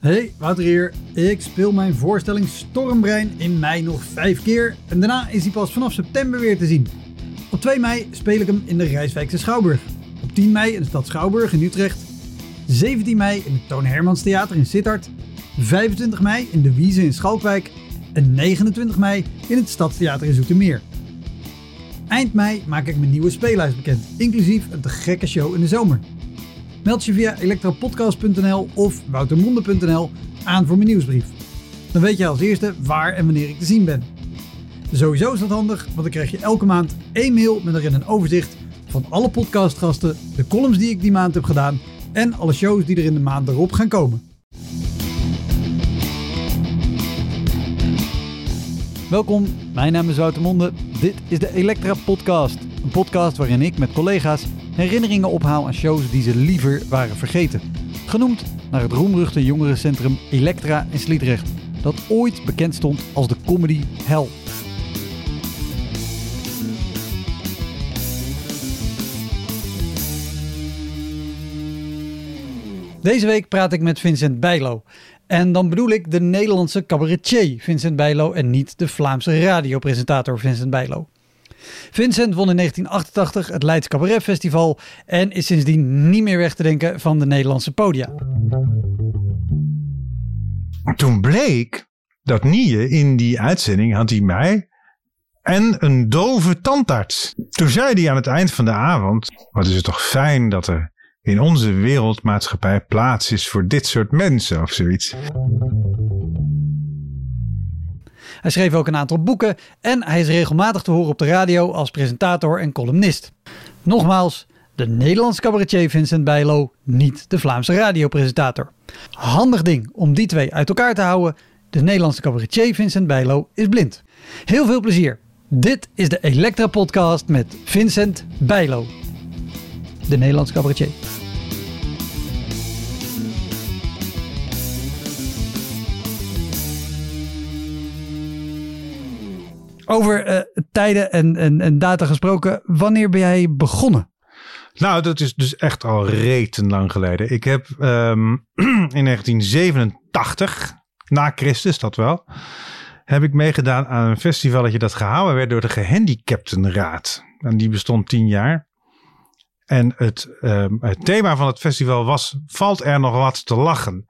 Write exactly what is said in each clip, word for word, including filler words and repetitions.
Hey, Wouter hier. Ik speel mijn voorstelling Stormbrein in mei nog vijf keer en daarna is hij pas vanaf september weer te zien. Op twee mei speel ik hem in de Rijswijkse Schouwburg. Op tien mei in de stad Schouwburg in Utrecht. zeventien mei in het Toon Hermans Theater in Sittard. vijfentwintig mei in de Wieze in Schalkwijk. En negenentwintig mei in het Stadstheater in Zoetermeer. Eind mei maak ik mijn nieuwe speellijst bekend, inclusief een te gekke show in de zomer. Meld je via elektrapodcast punt n l of woutermonde punt n l aan voor mijn nieuwsbrief. Dan weet je als eerste waar en wanneer ik te zien ben. Sowieso is dat handig, want dan krijg je elke maand één mail met erin een overzicht van alle podcastgasten, de columns die ik die maand heb gedaan en alle shows die er in de maand erop gaan komen. Welkom, mijn naam is Wouter Monde. Dit is de Elektra Podcast. Een podcast waarin ik met collega's herinneringen ophaal aan shows die ze liever waren vergeten. Genoemd naar het roemruchte jongerencentrum Elektra in Sliedrecht, dat ooit bekend stond als de comedy hell. Deze week praat ik met Vincent Bijlo. En dan bedoel ik de Nederlandse cabaretier Vincent Bijlo en niet de Vlaamse radiopresentator Vincent Bijlo. Vincent won in negentien achtentachtig het Leids Cabaret Festival en is sindsdien niet meer weg te denken van de Nederlandse podia. Toen bleek dat Nie in die uitzending had hij mij en een dove tandarts. Toen zei hij aan het eind van de avond: wat is het toch fijn dat er in onze wereldmaatschappij plaats is voor dit soort mensen of zoiets. Hij schreef ook een aantal boeken en hij is regelmatig te horen op de radio als presentator en columnist. Nogmaals, de Nederlandse cabaretier Vincent Bijlo, niet de Vlaamse radiopresentator. Handig ding om die twee uit elkaar te houden. De Nederlandse cabaretier Vincent Bijlo is blind. Heel veel plezier. Dit is de Elektra Podcast met Vincent Bijlo, de Nederlandse cabaretier. Over uh, tijden en, en, en data gesproken, wanneer ben jij begonnen? Nou, dat is dus echt al reten lang geleden. Ik heb um, in negentien zevenentachtig, na Christus dat wel, heb ik meegedaan aan een festivalletje dat gehouden werd door de Gehandicaptenraad. En die bestond tien jaar. En het, um, het thema van het festival was: valt er nog wat te lachen?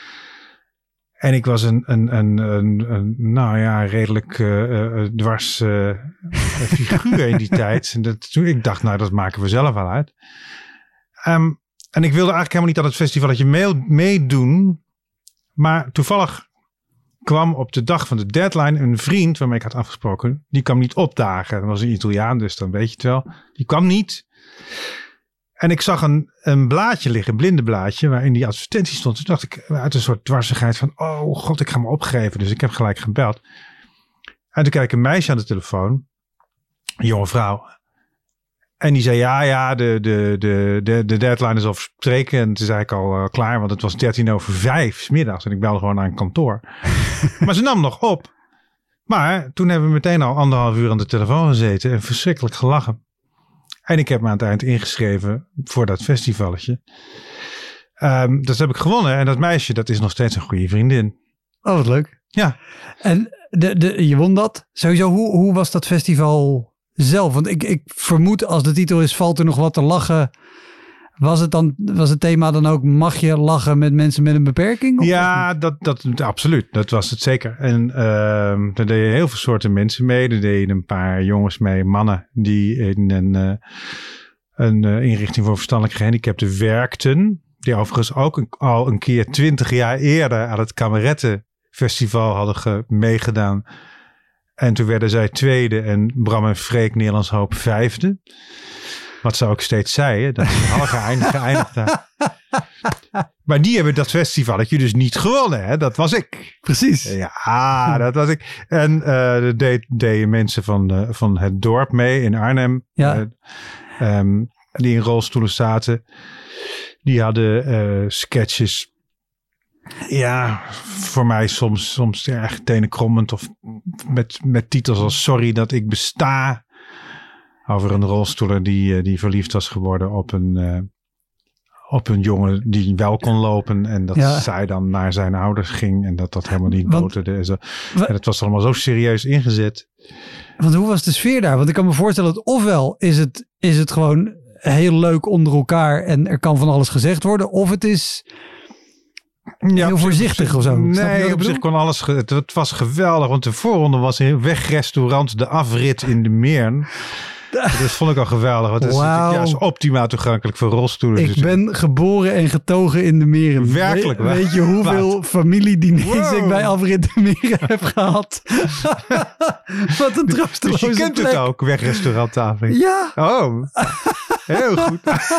En ik was een, een, een, een, een nou ja, redelijk uh, uh, dwars uh, figuur in die tijd. En dat, toen ik dacht, nou, dat maken we zelf wel uit. Um, en ik wilde eigenlijk helemaal niet aan het festivaletje mee, meedoen. Maar toevallig kwam op de dag van de deadline een vriend waarmee ik had afgesproken. Die kwam niet opdagen. Dat was een Italiaan, dus dan weet je het wel. Die kwam niet. En ik zag een, een blaadje liggen, een blindenblaadje, waarin die advertentie stond. Toen dacht ik uit een soort dwarsigheid van, oh god, ik ga me opgeven. Dus ik heb gelijk gebeld. En toen kreeg ik een meisje aan de telefoon, een jonge vrouw. En die zei, ja, ja, de, de, de, de, de deadline is al verstreken. En toen zei ik al uh, klaar, want het was dertien over vijf 's middags. En ik belde gewoon naar een kantoor. Maar ze nam nog op. Maar toen hebben we meteen al anderhalf uur aan de telefoon gezeten en verschrikkelijk gelachen. En ik heb me aan het eind ingeschreven voor dat festivalletje. Um, dat heb ik gewonnen. En dat meisje, dat is nog steeds een goede vriendin. Oh, wat leuk. Ja. En de, de, je won dat. Sowieso, hoe, hoe was dat festival zelf? Want ik, ik vermoed, als de titel is, valt er nog wat te lachen. Was het dan, was het thema dan ook, mag je lachen met mensen met een beperking? Of ja, dat, dat, absoluut. Dat was het zeker. En uh, daar deden heel veel soorten mensen mee. Er deden een paar jongens mee, mannen, die in een, uh, een uh, inrichting voor verstandelijk gehandicapten werkten. Die overigens ook een, al een keer twintig jaar eerder aan het Kamerettenfestival hadden ge, meegedaan. En toen werden zij tweede en Bram en Freek Nederlands Hoop vijfde. Wat ze ook steeds zeiden, dat is al geëindigd, geëindigd daar. Maar die hebben dat festivalletje dus niet gewonnen, hè? Dat was ik. Precies. Ja, dat was ik. En uh, er deed, deden mensen van, uh, van het dorp mee in Arnhem. Ja. Uh, um, die in rolstoelen zaten. Die hadden uh, sketches. Ja, voor mij soms, soms erg tenenkrommend. Of met, met titels als Sorry dat ik besta. Over een rolstoeler die, die verliefd was geworden op een, uh, op een jongen die wel kon lopen. En dat ja. zij dan naar zijn ouders ging. En dat dat helemaal niet boterde. En, zo. en het was allemaal zo serieus ingezet. Want hoe was de sfeer daar? Want ik kan me voorstellen dat ofwel is het, is het gewoon heel leuk onder elkaar. En er kan van alles gezegd worden. Of het is ja, heel voorzichtig zich, of zo. Nee, op zich kon alles. Het, het was geweldig. Want de voorronde was een wegrestaurant De Afrit in de Meern. Dat vond ik al geweldig. Want het is, wow. ja, is optimaal toegankelijk voor rolstoelen. Ik dus ben geboren en getogen in de Meren. Werkelijk We, Weet je hoeveel Wat? familiediners wow. ik bij Afrit de Meren heb gehad? Wat een troosteloze Dus je kent plek. het ook, wegrestauranttafel. Ja. Oh, heel goed.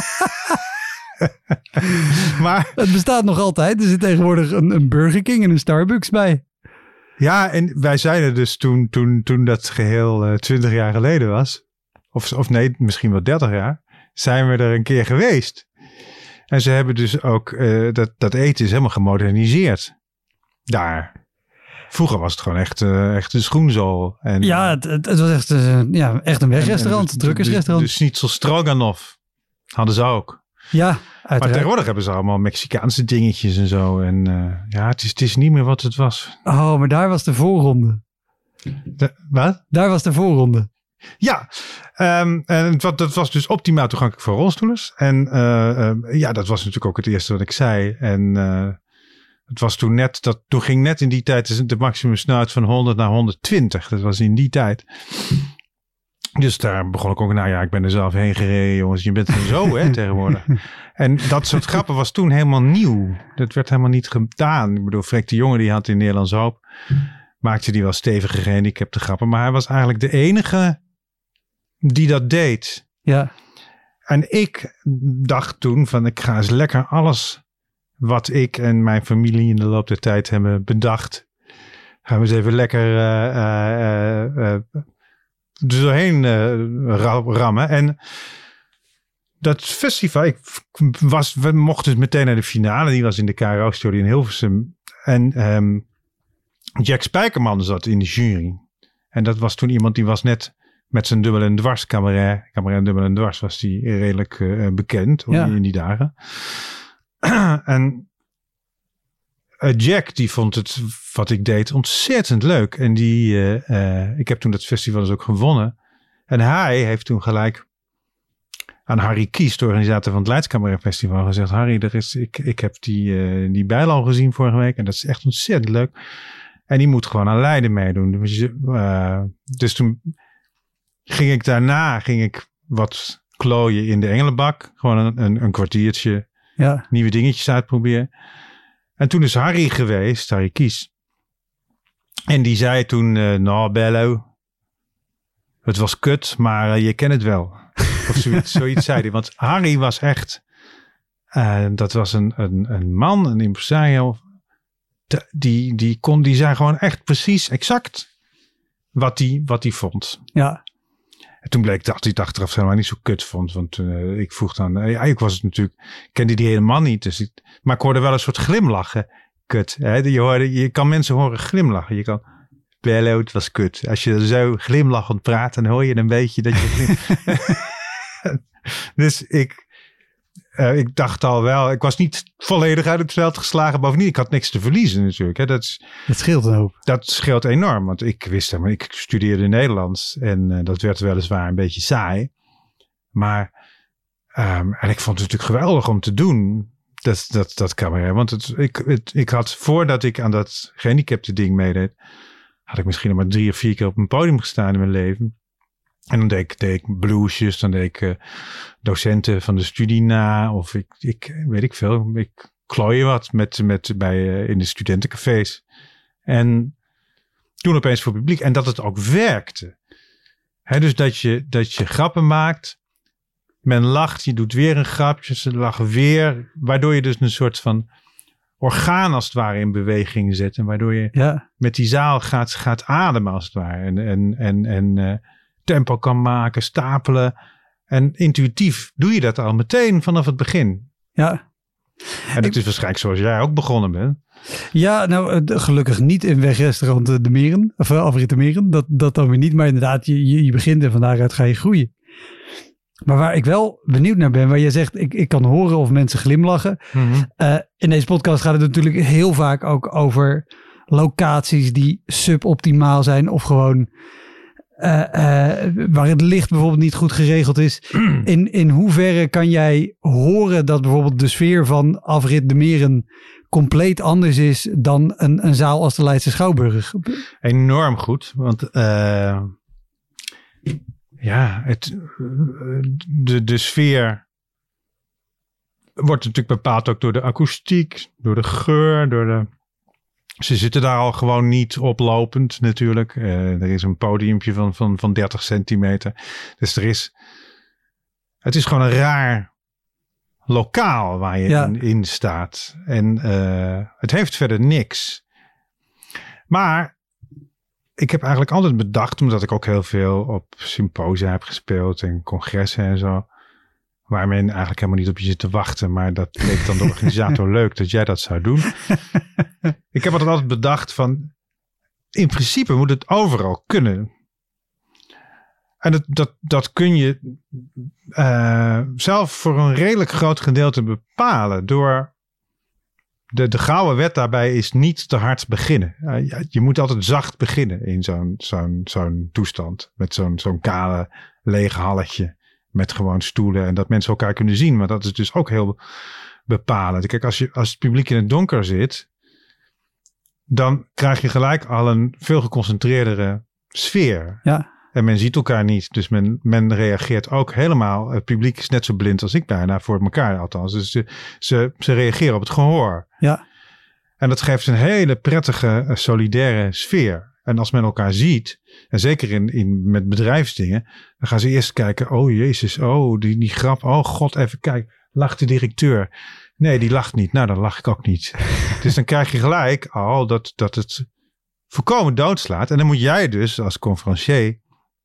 Maar het bestaat nog altijd. Er zit tegenwoordig een, een Burger King en een Starbucks bij. Ja, en wij zeiden dus toen, toen, toen dat geheel twintig uh, jaar geleden was. Of, of nee, misschien wel dertig jaar. Zijn we er een keer geweest. En ze hebben dus ook, uh, dat, dat eten is helemaal gemoderniseerd. Daar. Vroeger was het gewoon echt, uh, echt een schoenzool. En, ja, het, het, het was echt, uh, ja, echt een wegrestaurant. Een drukkersrestaurant. De, de Schnitzel Stroganoff hadden ze ook. Ja, uiteraard. Maar tegenwoordig hebben ze allemaal Mexicaanse dingetjes en zo. En uh, ja, het is, het is niet meer wat het was. Oh, maar daar was de voorronde. De, wat? Daar was de voorronde. Ja, um, en dat, dat was dus optimaal toegankelijk voor rolstoelers. En uh, uh, ja, dat was natuurlijk ook het eerste wat ik zei. En uh, het was toen net, dat, toen ging net in die tijd de maximum snelheid van honderd naar honderdtwintig. Dat was in die tijd. Dus daar begon ik ook, nou ja, ik ben er zelf heen gereden, jongens. Je bent er zo, hè, tegenwoordig. En dat soort grappen was toen helemaal nieuw. Dat werd helemaal niet gedaan. Ik bedoel, Freek de Jonge, die had in Nederlands Hoop, maakte die wel stevige gehandicapte grappen. Maar hij was eigenlijk de enige die dat deed. Ja. En ik dacht toen van, ik ga eens lekker alles wat ik en mijn familie in de loop der tijd hebben bedacht. Gaan we eens even lekker uh, uh, uh, er doorheen uh, rammen. En dat festival, ik was, we mochten dus meteen naar de finale. Die was in de K R O-studio in Hilversum. En um, Jack Spijkerman zat in de jury. En dat was toen iemand die was net met zijn dubbel en dwars cabaret. Cabaret dubbel en dwars was die redelijk uh, bekend ja. in die dagen. En uh, Jack die vond het wat ik deed ontzettend leuk. En die, uh, uh, ik heb toen dat festival dus ook gewonnen. En hij heeft toen gelijk aan Harry Kies, de organisator van het Leids Cabaret Festival, gezegd: Harry, er is, ik, ik heb die, uh, die bijl al gezien vorige week. En dat is echt ontzettend leuk. En die moet gewoon aan Leiden meedoen. Dus, uh, dus toen ging ik daarna ging ik wat klooien in de Engelenbak. Gewoon een, een, een kwartiertje. Ja. Nieuwe dingetjes uitproberen. En toen is Harry geweest, Harry Kies. En die zei toen, uh, nou Bello, het was kut, maar uh, je kent het wel. Of zoiets, zoiets zei hij. Want Harry was echt, uh, dat was een, een, een man, een impresario. De, die, die, kon, die zei gewoon echt precies, exact wat hij wat die vond. Ja. En toen bleek dat hij het achteraf helemaal niet zo kut vond. Want uh, ik vroeg dan, uh, eigenlijk was het natuurlijk, ik kende die helemaal niet. Dus ik, maar ik hoorde wel een soort glimlachen. Kut. Hè? Je, hoorde, je kan mensen horen glimlachen. Je kan, Bello, het was kut. Als je zo glimlachend praat, dan hoor je een beetje dat je glim... Dus ik, uh, ik dacht al wel, ik was niet volledig uit het veld geslagen. Bovendien, ik had niks te verliezen natuurlijk. Hè. Dat, is, dat scheelt een hoop. Dat scheelt enorm, want ik wist helemaal, ik studeerde Nederlands en uh, dat werd weliswaar een beetje saai. Maar, um, en ik vond het natuurlijk geweldig om te doen, dat, dat, dat cabaret. Want het, ik, het, ik had, voordat ik aan dat gehandicapte ding meedeed, had ik misschien nog maar drie of vier keer op een podium gestaan in mijn leven. En dan deed ik, deed ik bluesjes, dan deed ik uh, docenten van de studie na. Of ik, ik weet ik veel, ik klooien wat met, met, bij, uh, in de studentencafés. En toen opeens voor publiek. En dat het ook werkte. He, dus dat je, dat je grappen maakt. Men lacht, je doet weer een grapje, ze lachen weer. Waardoor je dus een soort van orgaan als het ware in beweging zet. En waardoor je ja. met die zaal gaat, gaat ademen als het ware. En, en, en, en uh, tempo kan maken, stapelen. En intuïtief doe je dat al meteen vanaf het begin. Ja. En dat ik, is waarschijnlijk zoals jij ook begonnen bent. Ja, nou gelukkig niet in wegrestaurant De Meren. Of Afrit de Meren. Dat, dat dan weer niet. Maar inderdaad, je, je begint en van daaruit ga je groeien. Maar waar ik wel benieuwd naar ben, waar je zegt, ik, ik kan horen of mensen glimlachen. Mm-hmm. Uh, in deze podcast gaat het natuurlijk heel vaak ook over locaties die suboptimaal zijn of gewoon uh, uh, waar het licht bijvoorbeeld niet goed geregeld is. In, in hoeverre kan jij horen dat bijvoorbeeld de sfeer van Afrit de Meren compleet anders is dan een, een zaal als de Leidse Schouwburg? Enorm goed, want uh, ja, het, de, de sfeer wordt natuurlijk bepaald ook door de akoestiek, door de geur, door de... Ze zitten daar al gewoon niet oplopend natuurlijk. Uh, er is een podiumpje van, van, van dertig centimeter. Dus er is... Het is gewoon een raar lokaal waar je ja. in, in staat. En uh, het heeft verder niks. Maar ik heb eigenlijk altijd bedacht, omdat ik ook heel veel op symposia heb gespeeld en congressen en zo, waar men eigenlijk helemaal niet op je zit te wachten. Maar dat leek dan de organisator leuk dat jij dat zou doen. Ik heb altijd altijd bedacht van, in principe moet het overal kunnen. En dat, dat, dat kun je uh, zelf voor een redelijk groot gedeelte bepalen. Door de, de gouden wet daarbij is niet te hard beginnen. Uh, je, je moet altijd zacht beginnen in zo'n, zo'n, zo'n toestand. Met zo'n, zo'n kale, lege halletje. Met gewoon stoelen en dat mensen elkaar kunnen zien. Maar dat is dus ook heel bepalend. Kijk, als, je, als het publiek in het donker zit, dan krijg je gelijk al een veel geconcentreerdere sfeer. Ja. En men ziet elkaar niet. Dus men, men reageert ook helemaal. Het publiek is net zo blind als ik bijna. Voor elkaar althans. Dus ze, ze, ze reageren op het gehoor. Ja. En dat geeft een hele prettige, solidaire sfeer. En als men elkaar ziet. En zeker in, in, met bedrijfsdingen. Dan gaan ze eerst kijken. Oh jezus. Oh die, die grap. Oh god even kijken. Lacht de directeur. Nee die lacht niet. Nou dan lach ik ook niet. Dus dan krijg je gelijk al dat, dat het volkomen doodslaat. En dan moet jij dus als conferencier,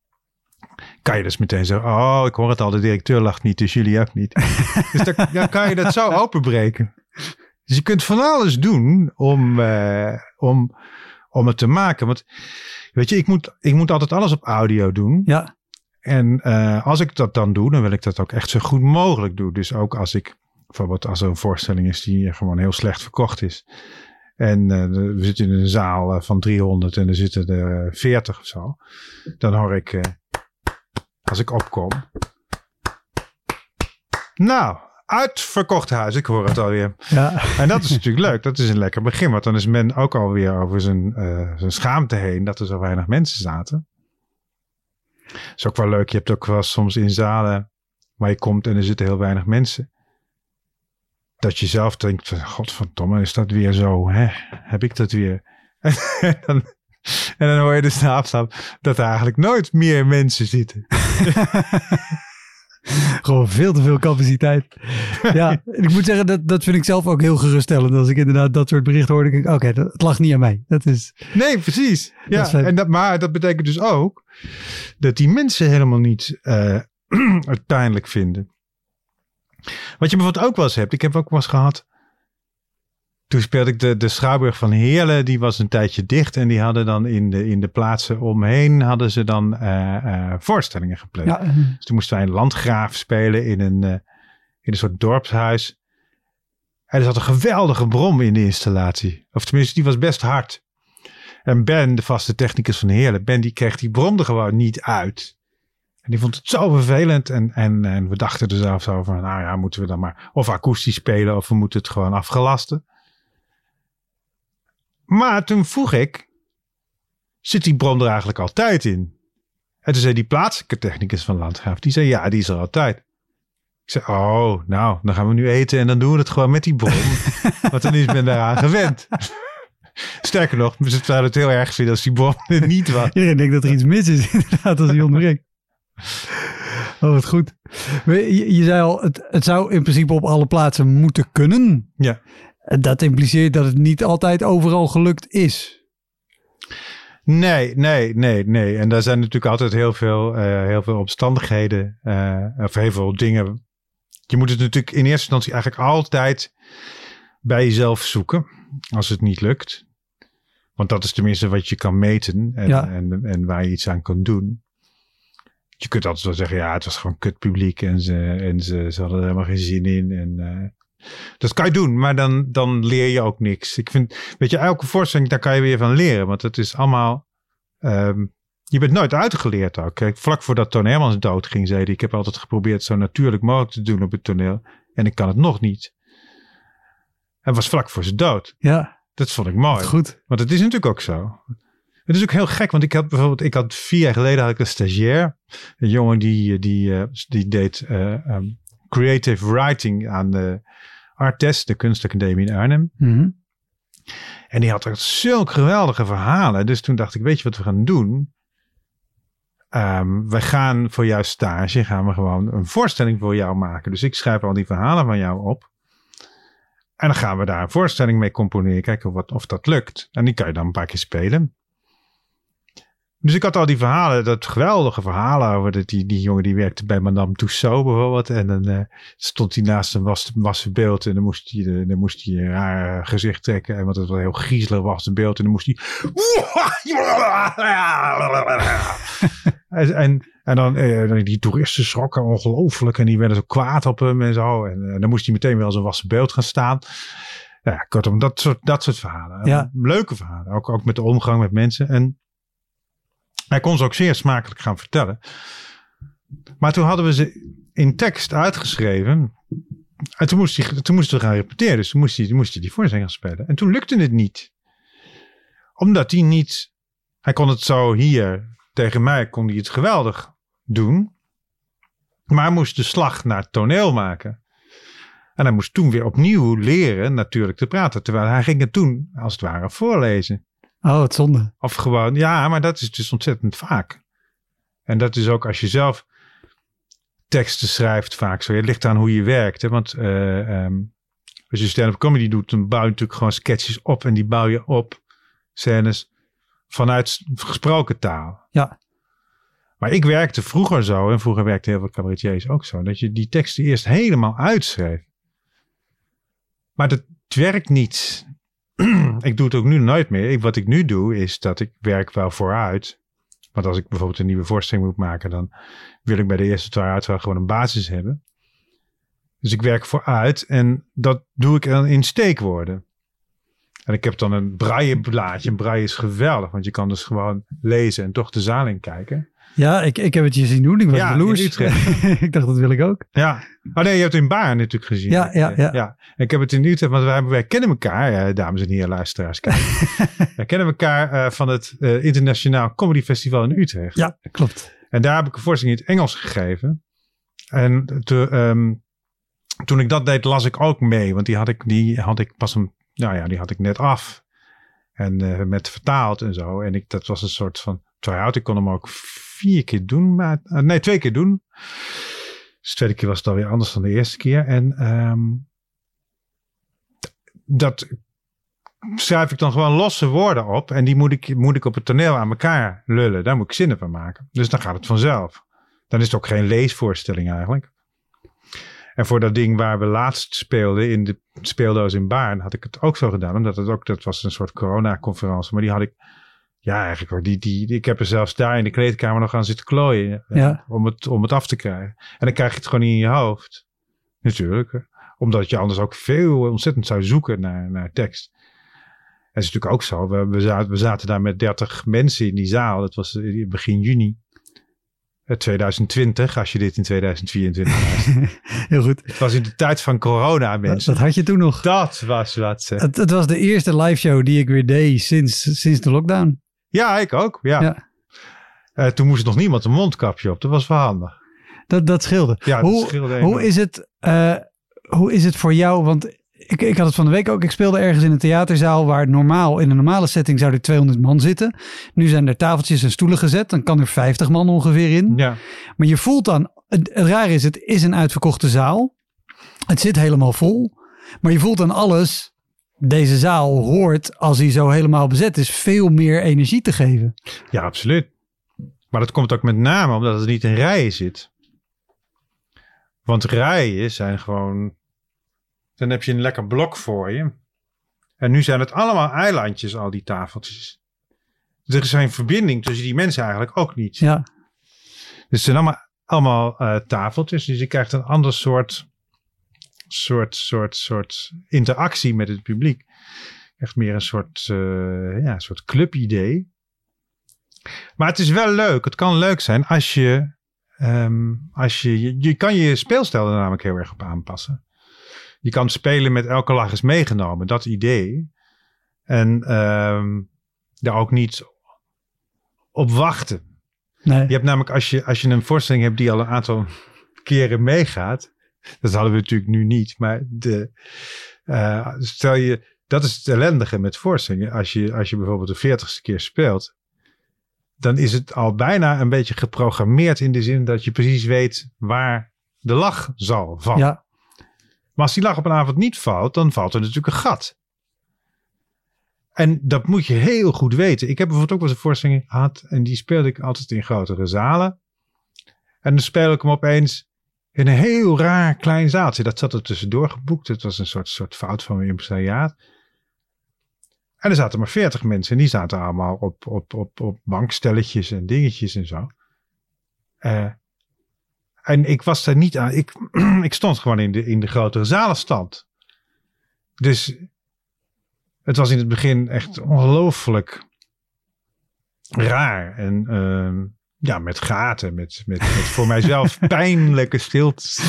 kan je dus meteen zeggen, oh, ik hoor het al, de directeur lacht niet, dus jullie ook niet. Dus dan, dan kan je dat zo openbreken. Dus je kunt van alles doen om, uh, om, om het te maken. Want weet je, ik moet, ik moet altijd alles op audio doen. Ja. En uh, als ik dat dan doe, dan wil ik dat ook echt zo goed mogelijk doen. Dus ook als ik, bijvoorbeeld als er een voorstelling is die gewoon heel slecht verkocht is. En uh, we zitten in een zaal van driehonderd en er zitten er veertig of zo. Dan hoor ik, uh, als ik opkom. Nou, uitverkocht huis. Ik hoor het alweer. Ja. En dat is natuurlijk leuk. Dat is een lekker begin. Want dan is men ook alweer over zijn, uh, zijn schaamte heen dat er zo weinig mensen zaten. Dat is ook wel leuk. Je hebt ook wel soms in zalen waar je komt en er zitten heel weinig mensen. Dat je zelf denkt, godverdomme, is dat weer zo? Hè? Heb ik dat weer? En dan, en dan hoor je dus na afstand dat er eigenlijk nooit meer mensen zitten. Gewoon veel te veel capaciteit. Ja, ik moet zeggen, dat, dat vind ik zelf ook heel geruststellend. Als ik inderdaad dat soort berichten hoor, dan denk ik, oké, okay, het lag niet aan mij. Dat is... Nee, precies. Ja, en dat, maar dat betekent dus ook dat die mensen helemaal niet uh, het pijnlijk vinden. Wat je bijvoorbeeld ook wel eens hebt. Ik heb ook wel eens gehad. Toen speelde ik de, de Schouwburg van Heerlen. Die was een tijdje dicht. En die hadden dan in de, in de plaatsen omheen. Hadden ze dan uh, uh, voorstellingen gepland. Ja. Dus toen moesten wij een landgraaf spelen. In een, uh, in een soort dorpshuis. En er zat een geweldige brom in de installatie. Of tenminste die was best hard. En Ben, de vaste technicus van Heerlen. Ben die kreeg die brom er gewoon niet uit. En die vond het zo vervelend. En, en, en we dachten er zelfs over. Nou ja, moeten we dan maar of akoestisch spelen. Of we moeten het gewoon afgelasten. Maar toen vroeg ik. Zit die brom er eigenlijk altijd in? En toen zei die plaatselijke technicus van Landgraaf. Die zei ja, die is er altijd. Ik zei oh, nou, dan gaan we nu eten. En dan doen we het gewoon met die brom. Want dan is men daaraan gewend. Sterker nog, ze zouden het heel erg vinden als die brom er niet was. Iedereen denkt dat er iets mis is inderdaad als die ontbreekt. Oh, wat goed. Je, je zei al, het, het zou in principe op alle plaatsen moeten kunnen. Ja. Dat impliceert dat het niet altijd overal gelukt is. Nee, nee, nee, nee. En daar zijn natuurlijk altijd heel veel, uh, heel veel omstandigheden. Uh, of heel veel dingen. Je moet het natuurlijk in eerste instantie eigenlijk altijd bij jezelf zoeken. Als het niet lukt. Want dat is tenminste wat je kan meten. En, ja. en, en waar je iets aan kan doen. Je kunt altijd wel zeggen, ja, het was gewoon kut publiek en ze, en ze, ze hadden er helemaal geen zin in. En, uh, dat kan je doen, maar dan, dan leer je ook niks. Ik vind, weet je, elke voorstelling, daar kan je weer van leren. Want het is allemaal, um, je bent nooit uitgeleerd ook. Kijk, vlak voordat Toon Hermans dood ging, zei hij, ik heb altijd geprobeerd zo natuurlijk mogelijk te doen op het toneel. En ik kan het nog niet. Het was vlak voor zijn dood. Ja. Dat vond ik mooi. Goed. Want het is natuurlijk ook zo. Het is ook heel gek, want ik had bijvoorbeeld, ik had vier jaar geleden had ik een stagiair. Een jongen die, die, uh, die deed uh, um, creative writing aan de Artes, de kunstacademie in Arnhem. Mm-hmm. En die had echt zulke geweldige verhalen. Dus toen dacht ik, weet je wat we gaan doen? Um, wij gaan voor jouw stage, gaan we gewoon een voorstelling voor jou maken. Dus ik schrijf al die verhalen van jou op. En dan gaan we daar een voorstelling mee componeren. Kijken of, of dat lukt. En die kan je dan een paar keer spelen. Dus ik had al die verhalen, dat geweldige verhalen over dat die, die jongen die werkte bij Madame Tussauds bijvoorbeeld. En dan uh, stond hij naast een was, wassen beeld en dan moest hij, uh, dan moest hij een raar gezicht trekken. En want het was heel griezelig was een beeld en dan moest hij... en, en, en dan uh, die toeristen schrokken ongelooflijk en die werden zo kwaad op hem en zo. En uh, dan moest hij meteen wel zo'n wassen beeld gaan staan. Ja, kortom, dat soort, dat soort verhalen. Ja. Leuke verhalen, ook, ook met de omgang met mensen. En hij kon ze ook zeer smakelijk gaan vertellen. Maar toen hadden we ze in tekst uitgeschreven. En toen, moest hij, toen moesten we gaan repeteren. Dus toen moest hij, toen moest hij die voorstelling gaan spelen. En toen lukte het niet. Omdat hij niet... Hij kon het zo hier tegen mij, kon hij het geweldig doen. Maar hij moest de slag naar het toneel maken. En hij moest toen weer opnieuw leren natuurlijk te praten. Terwijl hij ging het toen als het ware voorlezen. Oh, het zonde. Of gewoon, ja, maar dat is dus ontzettend vaak. En dat is ook als je zelf teksten schrijft vaak zo. Het ligt aan hoe je werkt. Hè? Want uh, um, als je stand-up comedy doet, dan bouw je natuurlijk gewoon sketches op. En die bouw je op, scènes, vanuit gesproken taal. Ja. Maar ik werkte vroeger zo, en vroeger werkte heel veel cabaretiers ook zo, dat je die teksten eerst helemaal uitschreef. Maar dat werkt niet. Ik doe het ook nu nooit meer. Ik, wat ik nu doe is dat ik werk wel vooruit. Want als ik bijvoorbeeld een nieuwe voorstelling moet maken, dan wil ik bij de eerste twee uiteraard gewoon een basis hebben. Dus ik werk vooruit en dat doe ik dan in steekwoorden. En ik heb dan een brailleblaadje. Een braille is geweldig, want je kan dus gewoon lezen en toch de zaal in kijken. Ja, ik, ik heb het je zien doen. Ik was ja, jaloers. Ik dacht, dat wil ik ook. Ja. Oh nee, je hebt het in Baarn natuurlijk gezien. Ja, ja, ja. ja. Ik heb het in Utrecht, want wij, wij kennen elkaar, ja, dames en heren luisteraars. Wij kennen elkaar uh, van het uh, Internationaal Comedy Festival in Utrecht. Ja, klopt. En daar heb ik een voorstelling in het Engels gegeven. En te, um, toen ik dat deed, las ik ook mee. Want die had ik, die had ik pas een, nou ja, die had ik net af. En uh, met vertaald en zo. En ik, dat was een soort van try-out. Ik kon hem ook vier keer doen. Maar, uh, nee, twee keer doen. Dus de tweede keer was het alweer anders dan de eerste keer. En um, dat schrijf ik dan gewoon losse woorden op. En die moet ik, moet ik op het toneel aan elkaar lullen. Daar moet ik zinnen van maken. Dus dan gaat het vanzelf. Dan is het ook geen leesvoorstelling eigenlijk. En voor dat ding waar we laatst speelden in de speeldoos in Baarn had ik het ook zo gedaan. Omdat het ook, dat was een soort corona-conferentie. Maar die had ik, ja eigenlijk ook, die, die, ik heb er zelfs daar in de kleedkamer nog aan zitten klooien. Ja. Om, het, om het af te krijgen. En dan krijg je het gewoon niet in je hoofd. Natuurlijk. Omdat je anders ook veel ontzettend zou zoeken naar, naar tekst. En het is natuurlijk ook zo. We, we, zaten, we zaten daar met dertig mensen in die zaal. Dat was begin juni. twintig twintig, als je dit in tweeduizend vierentwintig luistert. Heel goed. Het was in de tijd van corona, mensen. Dat had je toen nog. Dat was wat ze... Het, het was de eerste live show die ik weer deed sinds, sinds de lockdown. Ja, ik ook. Ja. ja. Uh, toen moest nog niemand een mondkapje op. Dat was wel handig. Dat, dat scheelde. Ja, hoe, dat scheelde hoe, is het, uh, hoe is het voor jou? Want ik, ik had het van de week ook. Ik speelde ergens in een theaterzaal waar normaal in een normale setting zou er tweehonderd man zitten. Nu zijn er tafeltjes en stoelen gezet. Dan kan er vijftig man ongeveer in. Ja. Maar je voelt dan, het, het raar is, het is een uitverkochte zaal. Het zit helemaal vol. Maar je voelt dan alles. Deze zaal hoort, als hij zo helemaal bezet is, veel meer energie te geven. Ja, absoluut. Maar dat komt ook met name omdat het niet in rijen zit. Want rijen zijn gewoon... Dan heb je een lekker blok voor je. En nu zijn het allemaal eilandjes, al die tafeltjes. Er is geen verbinding tussen die mensen eigenlijk ook niet. Ja. het zijn allemaal, allemaal uh, tafeltjes. Dus je krijgt een ander soort, soort, soort, soort interactie met het publiek. Echt meer een soort, uh, ja, een soort clubidee. Maar het is wel leuk. Het kan leuk zijn als je... Um, als je, je, je kan je speelstijl er namelijk heel erg op aanpassen. Je kan spelen met elke lach is meegenomen. Dat idee. En um, daar ook niet op wachten. Nee. Je hebt namelijk, als je, als je een voorstelling hebt die al een aantal keren meegaat. Dat hadden we natuurlijk nu niet. Maar de, uh, stel je, dat is het ellendige met voorstellingen. Als je, als je bijvoorbeeld de veertigste keer speelt. Dan is het al bijna een beetje geprogrammeerd in de zin dat je precies weet waar de lach zal vallen. Ja. Maar als die lach op een avond niet valt, dan valt er natuurlijk een gat. En dat moet je heel goed weten. Ik heb bijvoorbeeld ook wel eens een voorstelling gehad en die speelde ik altijd in grotere zalen. En dan speel ik hem opeens in een heel raar klein zaaltje. Dat zat er tussendoor geboekt. Het was een soort, soort fout van mijn impresariaat. En er zaten maar veertig mensen. En die zaten allemaal op, op, op, op bankstelletjes en dingetjes en zo. Uh, en ik was daar niet aan. Ik, ik stond gewoon in de, in de grotere zalenstand. Dus het was in het begin echt ongelooflijk raar. En uh, ja, met gaten. Met, met, met voor mijzelf pijnlijke stiltes.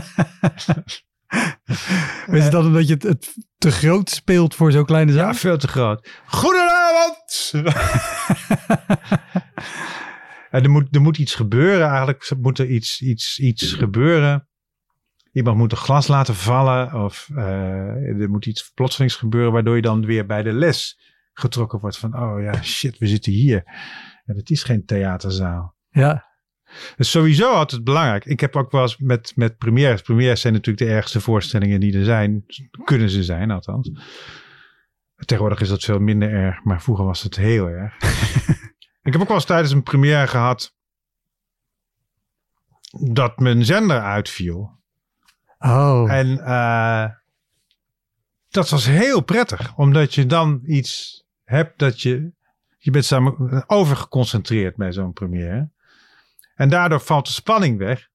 Is het dan omdat je het, het te groot speelt voor zo'n kleine zaal? Ja, veel te groot. Goedenavond! En er, moet, er moet iets gebeuren. Eigenlijk moet er iets, iets, iets gebeuren. Iemand moet een glas laten vallen. Of uh, er moet iets plotselings gebeuren. Waardoor je dan weer bij de les getrokken wordt. Van oh ja, shit, we zitten hier. En het is geen theaterzaal. Ja. Dus sowieso altijd belangrijk. Ik heb ook wel eens met, met premières. Premières zijn natuurlijk de ergste voorstellingen die er zijn. Kunnen ze zijn, althans. Tegenwoordig is dat veel minder erg. Maar vroeger was het heel erg. Ik heb ook wel eens tijdens een première gehad. Dat mijn zender uitviel. Oh. En uh, dat was heel prettig. Omdat je dan iets hebt dat je... Je bent samen overgeconcentreerd bij zo'n première. En daardoor valt de spanning weg.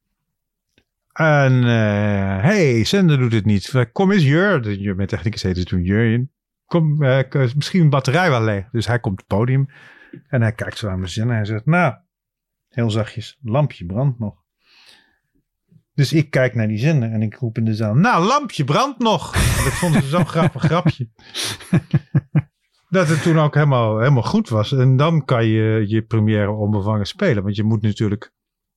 En uh, hey, zender doet het niet. Kom eens Jur. Jur met technicus heette toen Jurjen. Kom, uh, misschien een batterij wel leeg. Dus hij komt op het podium. En hij kijkt zo aan mijn zender. En hij zegt, nou, heel zachtjes, lampje brandt nog. Dus ik kijk naar die zender en ik roep in de zaal, nou, lampje brandt nog. En dat vonden ze zo'n grappig grapje. Dat het toen ook helemaal, helemaal goed was. En dan kan je je première onbevangen spelen. Want je moet natuurlijk...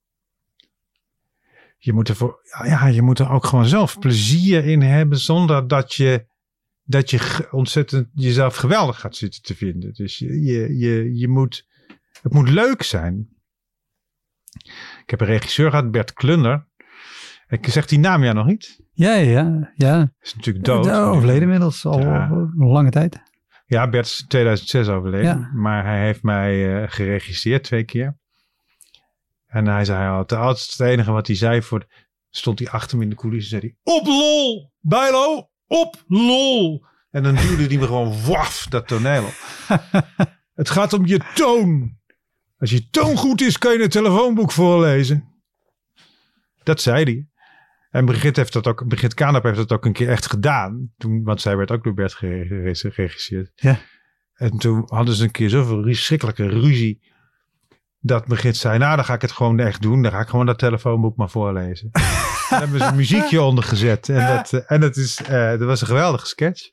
Je moet, er voor, ja, je moet er ook gewoon zelf plezier in hebben. Zonder dat je, dat je ontzettend jezelf geweldig gaat zitten te vinden. Dus je, je, je, je moet... Het moet leuk zijn. Ik heb een regisseur gehad, Bert Klunder. Ik zeg die naam ja nog niet. Ja, ja, ja. Is natuurlijk dood. Ja, overleden inmiddels al ja. een lange tijd. Ja, Bert is in tweeduizend zes overleden. Ja. Maar hij heeft mij uh, geregisseerd twee keer. En hij zei altijd, altijd het enige wat hij zei, voor, stond hij achter me in de coulissen, zei hij, op lol, Bijlo, op lol. En dan duwde hij me gewoon waf dat toneel op. Het gaat om je toon. Als je toon goed is, kan je een telefoonboek voorlezen. Dat zei hij. En Brigitte heeft dat ook, Brigitte Kaandorp heeft dat ook een keer echt gedaan. Toen, want zij werd ook door Bert geregisseerd. Ja. En toen hadden ze een keer zoveel verschrikkelijke ruzie. Dat Brigitte zei, nou dan ga ik het gewoon echt doen. Dan ga ik gewoon dat telefoonboek maar voorlezen. Daar hebben ze een muziekje onder gezet. En dat, en dat, is, uh, dat was een geweldige sketch.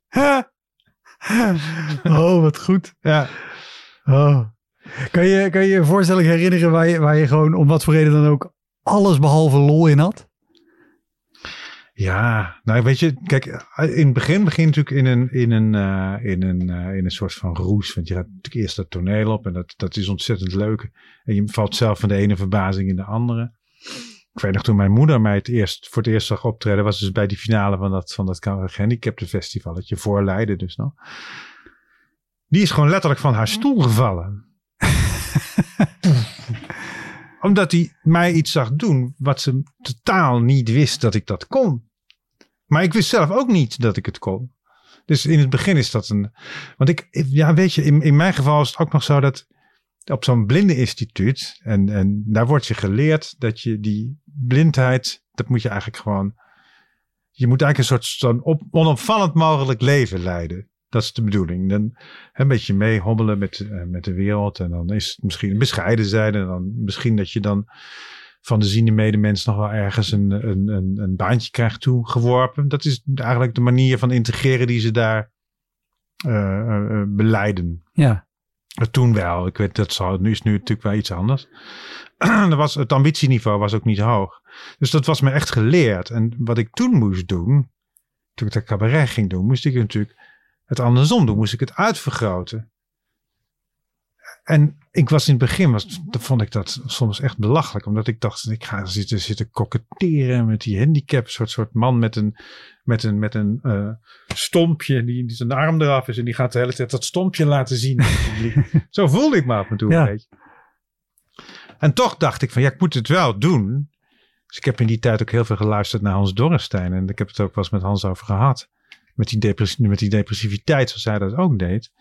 Oh, wat goed. Ja. Oh. Kan je, kan je een voorstelling herinneren waar je, waar je gewoon om wat voor reden dan ook alles behalve lol in had? Ja, nou weet je, kijk, in het begin begin natuurlijk in een, in een, uh, in een, uh, in een soort van roes. Want je gaat natuurlijk eerst dat toneel op en dat, dat is ontzettend leuk. En je valt zelf van de ene verbazing in de andere. Ik weet nog toen mijn moeder mij het eerst, voor het eerst zag optreden, was dus bij die finale van dat, van dat gehandicaptenfestivaletje voor Leiden dus nog. Die is gewoon letterlijk van haar stoel gevallen. Omdat hij mij iets zag doen wat ze totaal niet wist dat ik dat kon. Maar ik wist zelf ook niet dat ik het kon. Dus in het begin is dat een... Want ik, ja weet je, in, in mijn geval is het ook nog zo dat... op zo'n blindeninstituut. En, en daar wordt je geleerd dat je die blindheid, dat moet je eigenlijk gewoon, je moet eigenlijk een soort zo'n op, onopvallend mogelijk leven leiden. Dat is de bedoeling. Dan een beetje mee hobbelen met, uh, met de wereld. En dan is het misschien bescheiden zijn. En dan misschien dat je dan van de ziende medemens nog wel ergens een, een, een, een baantje krijgt toegeworpen. Dat is eigenlijk de manier van integreren die ze daar uh, uh, beleiden. Ja. Toen wel. Ik weet, dat zal, nu is nu natuurlijk wel iets anders. Er was, het ambitieniveau was ook niet hoog. Dus dat was me echt geleerd. En wat ik toen moest doen, toen ik dat cabaret ging doen, moest ik natuurlijk het andersom doen. Moest ik het uitvergroten. En ik was in het begin, was, vond ik dat soms echt belachelijk. Omdat ik dacht, ik ga zitten, zitten koketteren met die handicap. Een soort, soort man met een, met een, met een uh, stompje. Die, die zijn arm eraf is. En die gaat de hele tijd dat stompje laten zien. Zo voelde ik me af en toe ja. een beetje. En toch dacht ik van, ja, ik moet het wel doen. Dus ik heb in die tijd ook heel veel geluisterd naar Hans Dorrestein. En ik heb het ook wel eens met Hans over gehad. Met die, depress- met die depressiviteit, zoals hij dat ook deed.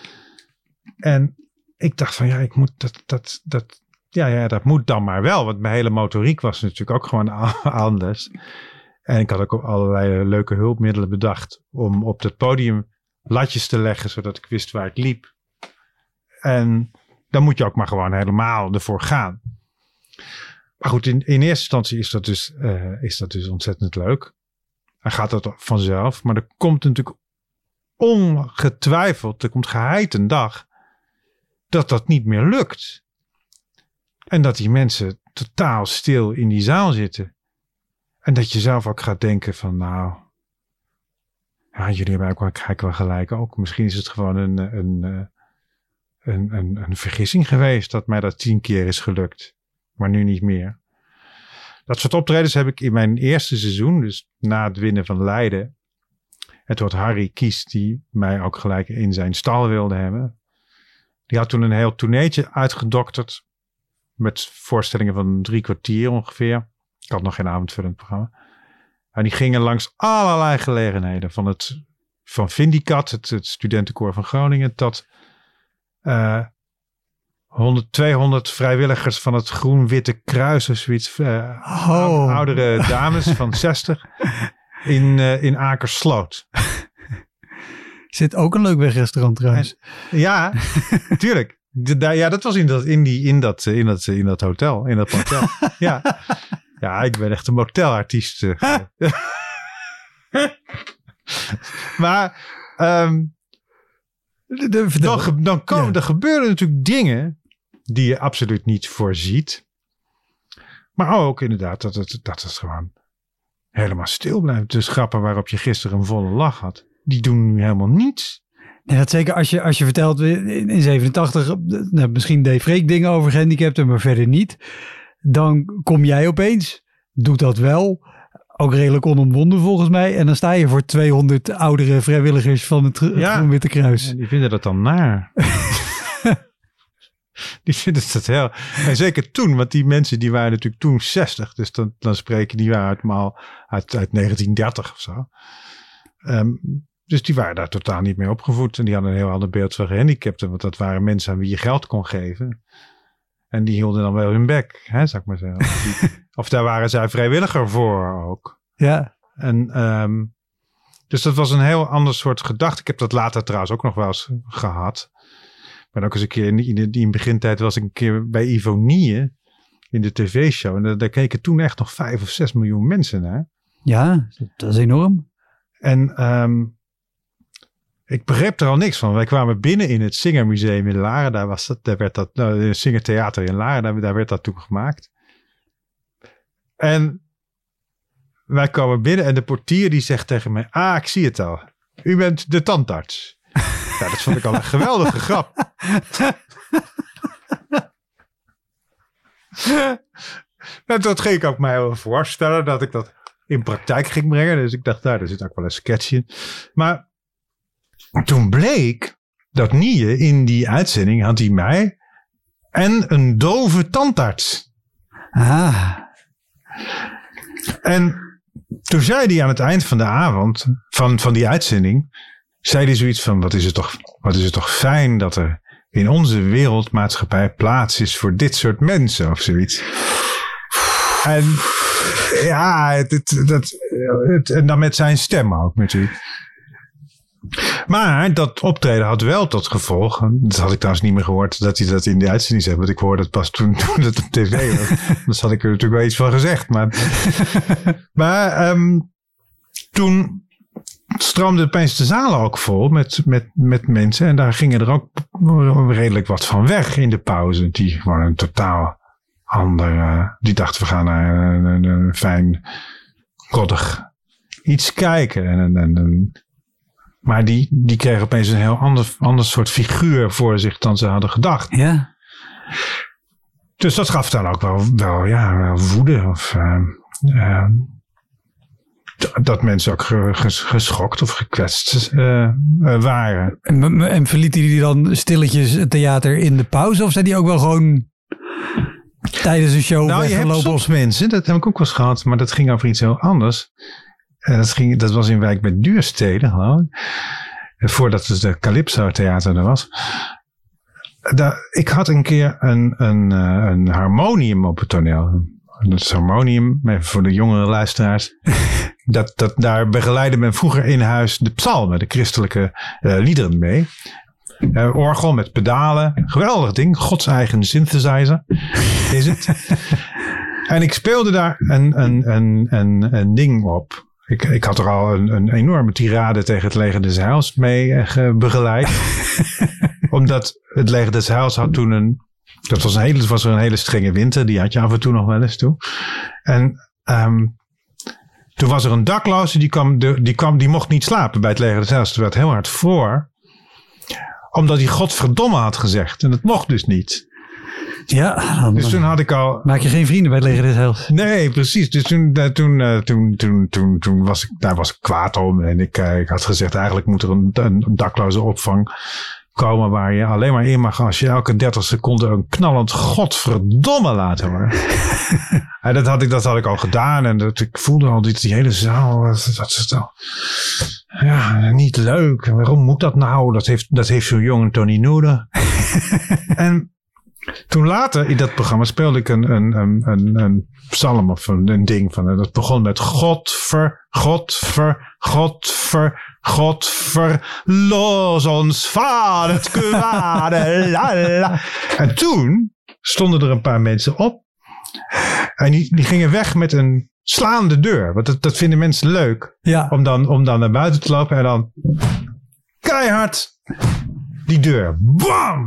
En ik dacht van, ja, ik moet dat, dat, dat, ja, ja, dat moet dan maar wel. Want mijn hele motoriek was natuurlijk ook gewoon anders. En ik had ook allerlei leuke hulpmiddelen bedacht om op dat podium latjes te leggen, zodat ik wist waar ik liep. En dan moet je ook maar gewoon helemaal ervoor gaan. Maar goed, in, in eerste instantie is dat dus, uh, is dat dus ontzettend leuk. Dan gaat dat vanzelf. Maar er komt natuurlijk ongetwijfeld, er komt geheid een dag dat dat niet meer lukt. En dat die mensen totaal stil in die zaal zitten. En dat je zelf ook gaat denken van, nou, ja, jullie hebben ook wel, kijk wel gelijk ook. Misschien is het gewoon een, een, een, een, een vergissing geweest dat mij dat tien keer is gelukt. Maar nu niet meer. Dat soort optredens heb ik in mijn eerste seizoen, dus na het winnen van Leiden. Het wordt Harry Kies, die mij ook gelijk in zijn stal wilde hebben. Die had toen een heel tourneetje uitgedokterd. Met voorstellingen van drie kwartier ongeveer. Ik had nog geen avondvullend programma. En die gingen langs allerlei gelegenheden. Van het van Vindicat, het, het studentenkoor van Groningen, tot uh, honderd, tweehonderd vrijwilligers van het Groen-Witte Kruis of zoiets. Uh, oh. Oudere dames van zestig in, uh, in Akersloot. Zit ook een leuk wegrestaurant trouwens. En, ja, tuurlijk. De, ja, dat was in dat, in die, in dat, in dat, in dat hotel. In dat hotel. Ja. Ja, ik ben echt een motelartiest. Maar um, de, de, dan, dan komen, ja. er gebeuren natuurlijk dingen die je absoluut niet voorziet. Maar ook inderdaad dat het, dat het gewoon helemaal stil blijft. Dus grappen waarop je gisteren een volle lach had, die doen nu helemaal niets. Ja, dat zeker als je, als je vertelt in zevenentachtig, nou, misschien deed Freek dingen over gehandicapten, maar verder niet. Dan kom jij opeens, doet dat wel, ook redelijk onomwonden volgens mij. En dan sta je voor tweehonderd oudere vrijwilligers van het, het ja, Groen-Witte Kruis. Ja, die vinden dat dan naar. Die vinden dat heel... En zeker toen, want die mensen die waren natuurlijk toen zestig. Dus dan, dan spreken die waren uit, uit, uit negentien dertig of zo. Um, dus die waren daar totaal niet mee opgevoed. En die hadden een heel ander beeld van gehandicapten. Want dat waren mensen aan wie je geld kon geven. En die hielden dan wel hun bek, hè, zou ik maar zeggen. Of, die, of daar waren zij vrijwilliger voor ook. Ja. En, um, dus dat was een heel ander soort gedachte. Ik heb dat later trouwens ook nog wel eens gehad. Maar ook eens een keer in, in, de, in de begintijd was ik een keer bij Ivonie in de tv-show. En daar, daar keken toen echt nog vijf of zes miljoen mensen naar. Ja, dat is enorm. En um, ik begreep er al niks van. Wij kwamen binnen in het Singermuseum in Laren. Daar was dat, daar werd dat, nou, het Singertheater in Laren, daar, daar werd dat toen gemaakt. En wij komen binnen en de portier die zegt tegen mij, ah, ik zie het al. U bent de tandarts. Ja, dat vond ik al een geweldige grap. En dat ging ik ook mij voorstellen dat ik dat in praktijk ging brengen. Dus ik dacht, daar zit ook wel een sketch in. Maar toen bleek dat Nie in die uitzending had hij mij en een dove tandarts. Ah. En toen zei hij aan het eind van de avond, van, van die uitzending, zei hij zoiets van, wat is het toch, wat is het toch fijn dat er in onze wereldmaatschappij plaats is voor dit soort mensen of zoiets. En ja, het, het, dat, het, en dan met zijn stem ook natuurlijk. Maar dat optreden had wel tot gevolg, dat had ik trouwens niet meer gehoord dat hij dat in de uitzending zei, want ik hoorde het pas toen, toen het op tv was. Dus had ik er natuurlijk wel iets van gezegd. Maar, maar um, toen stroomde opeens de zalen ook vol met, met, met mensen en daar gingen er ook redelijk wat van weg in de pauze. Die gewoon een totaal ander, uh, die dachten we gaan naar een, een, een fijn, koddig iets kijken en en, en maar die, die kregen opeens een heel ander, ander soort figuur voor zich dan ze hadden gedacht. Ja. Dus dat gaf dan ook wel, wel, ja, wel woede. Of, uh, uh, dat mensen ook geschokt of gekwetst uh, waren. En, en verlieten die dan stilletjes het theater in de pauze? Of zijn die ook wel gewoon tijdens een show nou, weggelopen? Je hebt soms mensen, dat heb ik ook wel eens gehad, maar dat ging over iets heel anders. En dat, ging, dat was in Wijk bij Duurstede, gewoon. Voordat het de Calypso Theater er was. Daar, ik had een keer een, een, een harmonium op het toneel. Dat is harmonium, even voor de jongere luisteraars. dat, dat, daar begeleidde men vroeger in huis de psalmen, de christelijke uh, liederen mee. Uh, orgel met pedalen. Geweldig ding. Gods eigen synthesizer is het. En ik speelde daar een, een, een, een, een ding op. Ik, ik had er al een, een enorme tirade tegen het leger des Heils mee uh, begeleid. Omdat het leger des Heils had toen een... Dat was een hele, was een hele strenge winter. Die had je af en toe nog wel eens toe. En um, toen was er een dakloze. Die, kwam, de, die, kwam, die mocht niet slapen bij het leger des Heils. Het werd heel hard voor. Omdat hij godverdomme had gezegd. En dat mocht dus niet. Ja, dan, dus toen had ik al... Maak je geen vrienden bij het leger des Heils? Nee, precies. Dus toen, uh, toen, uh, toen, toen, toen, toen was ik, daar was ik kwaad om. En ik, uh, ik had gezegd, eigenlijk moet er een, een dakloze opvang komen waar je alleen maar in mag als je elke dertig seconden een knallend godverdomme laat horen. En dat had ik, dat had ik al gedaan. En dat, ik voelde al die, die hele zaal. Dat, dat is al, ja, niet leuk. Waarom moet dat nou? Dat heeft, dat heeft zo'n jongen Tony nodig. En toen later in dat programma speelde ik een, een, een, een, een psalm of een, een ding van. Dat begon met Godver, Godver, Godver, Godver, los ons van het kwade. La, la. En toen stonden er een paar mensen op. En die, die gingen weg met een slaande deur. Want dat, dat vinden mensen leuk. Ja. Om, dan, om dan naar buiten te lopen en dan keihard die deur. Bam!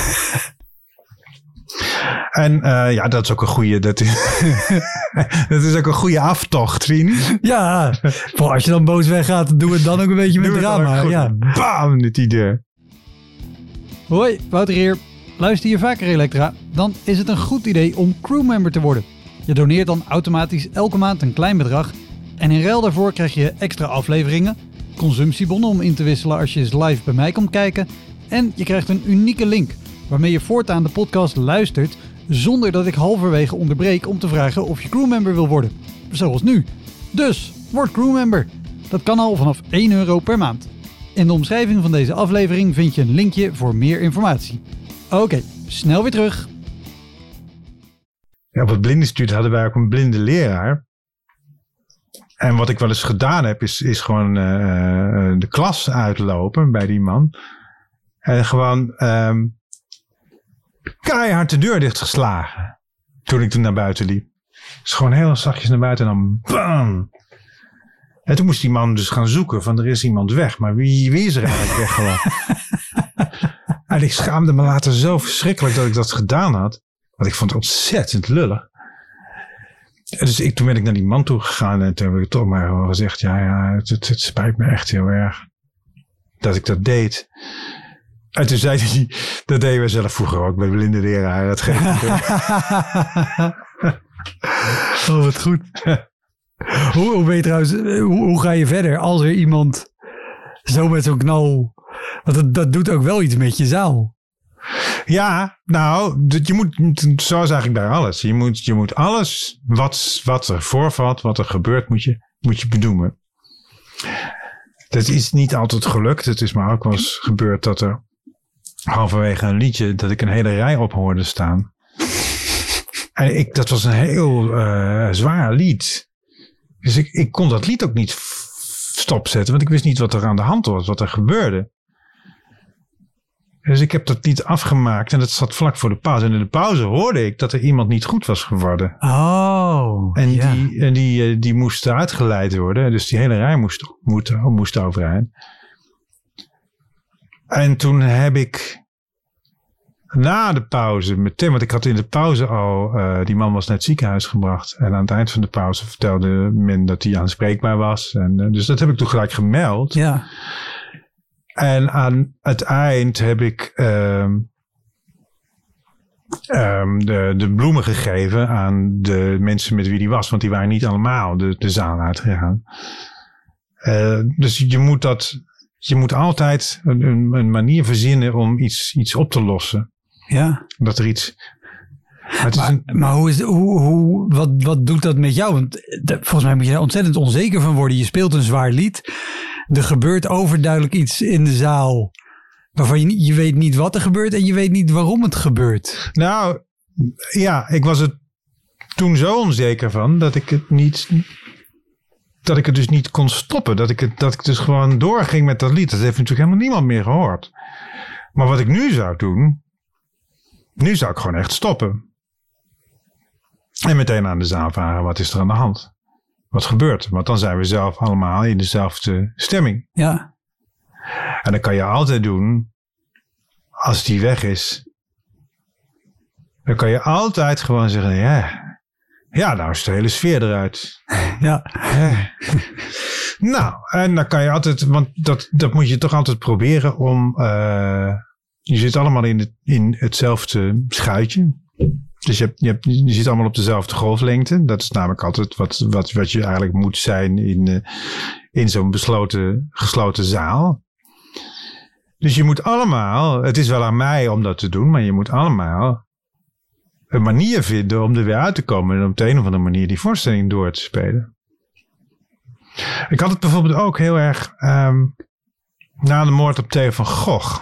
En uh, ja, dat is ook een goede. Dat is, dat is ook een goede aftocht, vind je? Ja, als je dan boos weggaat, doe het dan ook een beetje met drama. Ja. Bam, met die deur. Hoi, Wouter hier. Luister je vaker Elektra? Dan is het een goed idee om crewmember te worden. Je doneert dan automatisch elke maand een klein bedrag. En in ruil daarvoor krijg je extra afleveringen, consumptiebonnen om in te wisselen als je eens live bij mij komt kijken. En je krijgt een unieke link waarmee je voortaan de podcast luistert zonder dat ik halverwege onderbreek om te vragen of je crewmember wil worden. Zoals nu. Dus, word crewmember. Dat kan al vanaf één euro per maand. In de omschrijving van deze aflevering vind je een linkje voor meer informatie. Oké, okay, snel weer terug. Ja, op het blindeninstituut hadden wij ook een blinde leraar. En wat ik wel eens gedaan heb, is, is gewoon uh, de klas uitlopen bij die man. En gewoon um, keihard de deur dichtgeslagen. Toen ik toen naar buiten liep. Dus gewoon heel zachtjes naar buiten en dan bam. En toen moest die man dus gaan zoeken van er is iemand weg. Maar wie, wie is er eigenlijk weg gewoon? En ik schaamde me later zo verschrikkelijk dat ik dat gedaan had. Want ik vond het ontzettend lullig. En dus ik, toen ben ik naar die man toe gegaan. En toen heb ik toch maar gewoon gezegd. Ja, ja het, het, het spijt me echt heel erg. Dat ik dat deed. En toen zei hij. Dat deden we zelf vroeger ook bij blinde leraar. Dat geeft Oh, wat goed. hoe, hoe ben je trouwens. Hoe, hoe ga je verder als er iemand zo met zo'n knal. Want dat, dat doet ook wel iets met je zaal. Ja, nou, je moet, zo is eigenlijk bij alles. Je moet, je moet alles wat, wat er voorvalt, wat er gebeurt, moet je, moet je benoemen. Dat is niet altijd gelukt. Het is maar ook wel eens gebeurd dat er halverwege een liedje dat ik een hele rij op hoorde staan. En ik, dat was een heel uh, zwaar lied. Dus ik, ik kon dat lied ook niet f- stopzetten, want ik wist niet wat er aan de hand was, wat er gebeurde. Dus ik heb dat lied afgemaakt en dat zat vlak voor de pauze. En in de pauze hoorde ik dat er iemand niet goed was geworden. Oh, En, ja. die, en die, die moest uitgeleid worden. Dus die hele rij moest, moest, moest overeind. En toen heb ik na de pauze meteen, want ik had in de pauze al, uh, die man was naar het ziekenhuis gebracht. En aan het eind van de pauze vertelde men dat hij aanspreekbaar was. En, uh, dus dat heb ik toen gelijk gemeld. Ja. En aan het eind heb ik um, um, de, de bloemen gegeven aan de mensen met wie die was. Want die waren niet allemaal de, de zaal uitgegaan. Uh, dus je moet dat, je moet altijd een, een manier verzinnen om iets, iets op te lossen. Ja. Dat er iets... Het Maar, is een, maar hoe is, hoe, hoe, wat, wat doet dat met jou? Want de, volgens mij moet je daar ontzettend onzeker van worden. Je speelt een zwaar lied. Er gebeurt overduidelijk iets in de zaal waarvan je, je weet niet wat er gebeurt en je weet niet waarom het gebeurt. nou, ja, ik was er toen zo onzeker van dat ik het niet... dat ik het dus niet kon stoppen. Dat ik, het, dat ik dus gewoon doorging met dat lied. Dat heeft natuurlijk helemaal niemand meer gehoord. Maar wat ik nu zou doen... nu zou ik gewoon echt stoppen. En meteen aan de zaal vragen, wat is er aan de hand? Wat gebeurt er? Want dan zijn we zelf allemaal in dezelfde stemming. Ja. En dan kan je altijd doen, als die weg is, dan kan je altijd gewoon zeggen, ja, ja nou is de hele sfeer eruit. Ja. Ja. Nou, en dan kan je altijd, want dat, dat moet je toch altijd proberen om, uh, je zit allemaal in, het, in hetzelfde schuitje. Dus je, hebt, je, hebt, je zit allemaal op dezelfde golflengte. Dat is namelijk altijd wat, wat, wat je eigenlijk moet zijn in, uh, in zo'n besloten, gesloten zaal. Dus je moet allemaal, het is wel aan mij om dat te doen, maar je moet allemaal een manier vinden om er weer uit te komen en op de een of andere manier die voorstelling door te spelen. Ik had het bijvoorbeeld ook heel erg um, na de moord op Theo van Gogh.